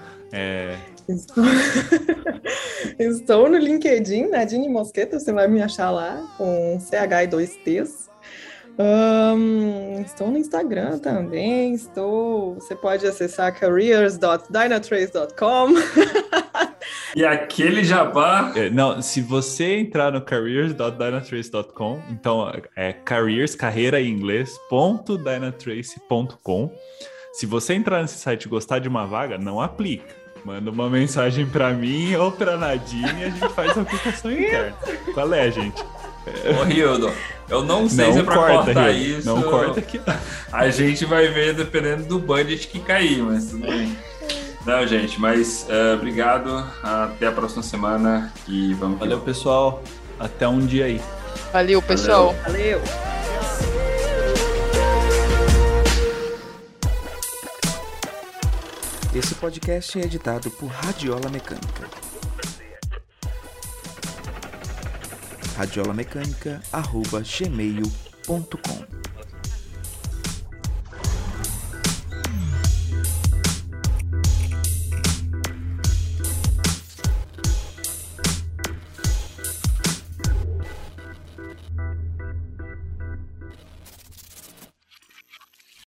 Estou no LinkedIn, Nadine Mosqueta, você vai me achar lá, com CH e 2 T's. Estou no Instagram também, você pode acessar careers.dynatrace.com. E aquele jabá... se você entrar no careers.dynatrace.com, então é careers, carreira em inglês, .dynatrace.com. Se você entrar nesse site e gostar de uma vaga, não aplica. Manda uma mensagem para mim ou para Nadine e a gente faz a aplicação interna. Qual é, gente? Ô, Rildo, eu não sei se é pra cortar isso. Não corta aqui. A gente vai ver dependendo do budget que cair, mas tudo bem. Não, gente, mas obrigado. Até a próxima semana e vamos. Valeu, pessoal. Até um dia aí. Valeu, pessoal. Valeu. Esse podcast é editado por Radiola Mecânica. radiolamecânica@gmail.com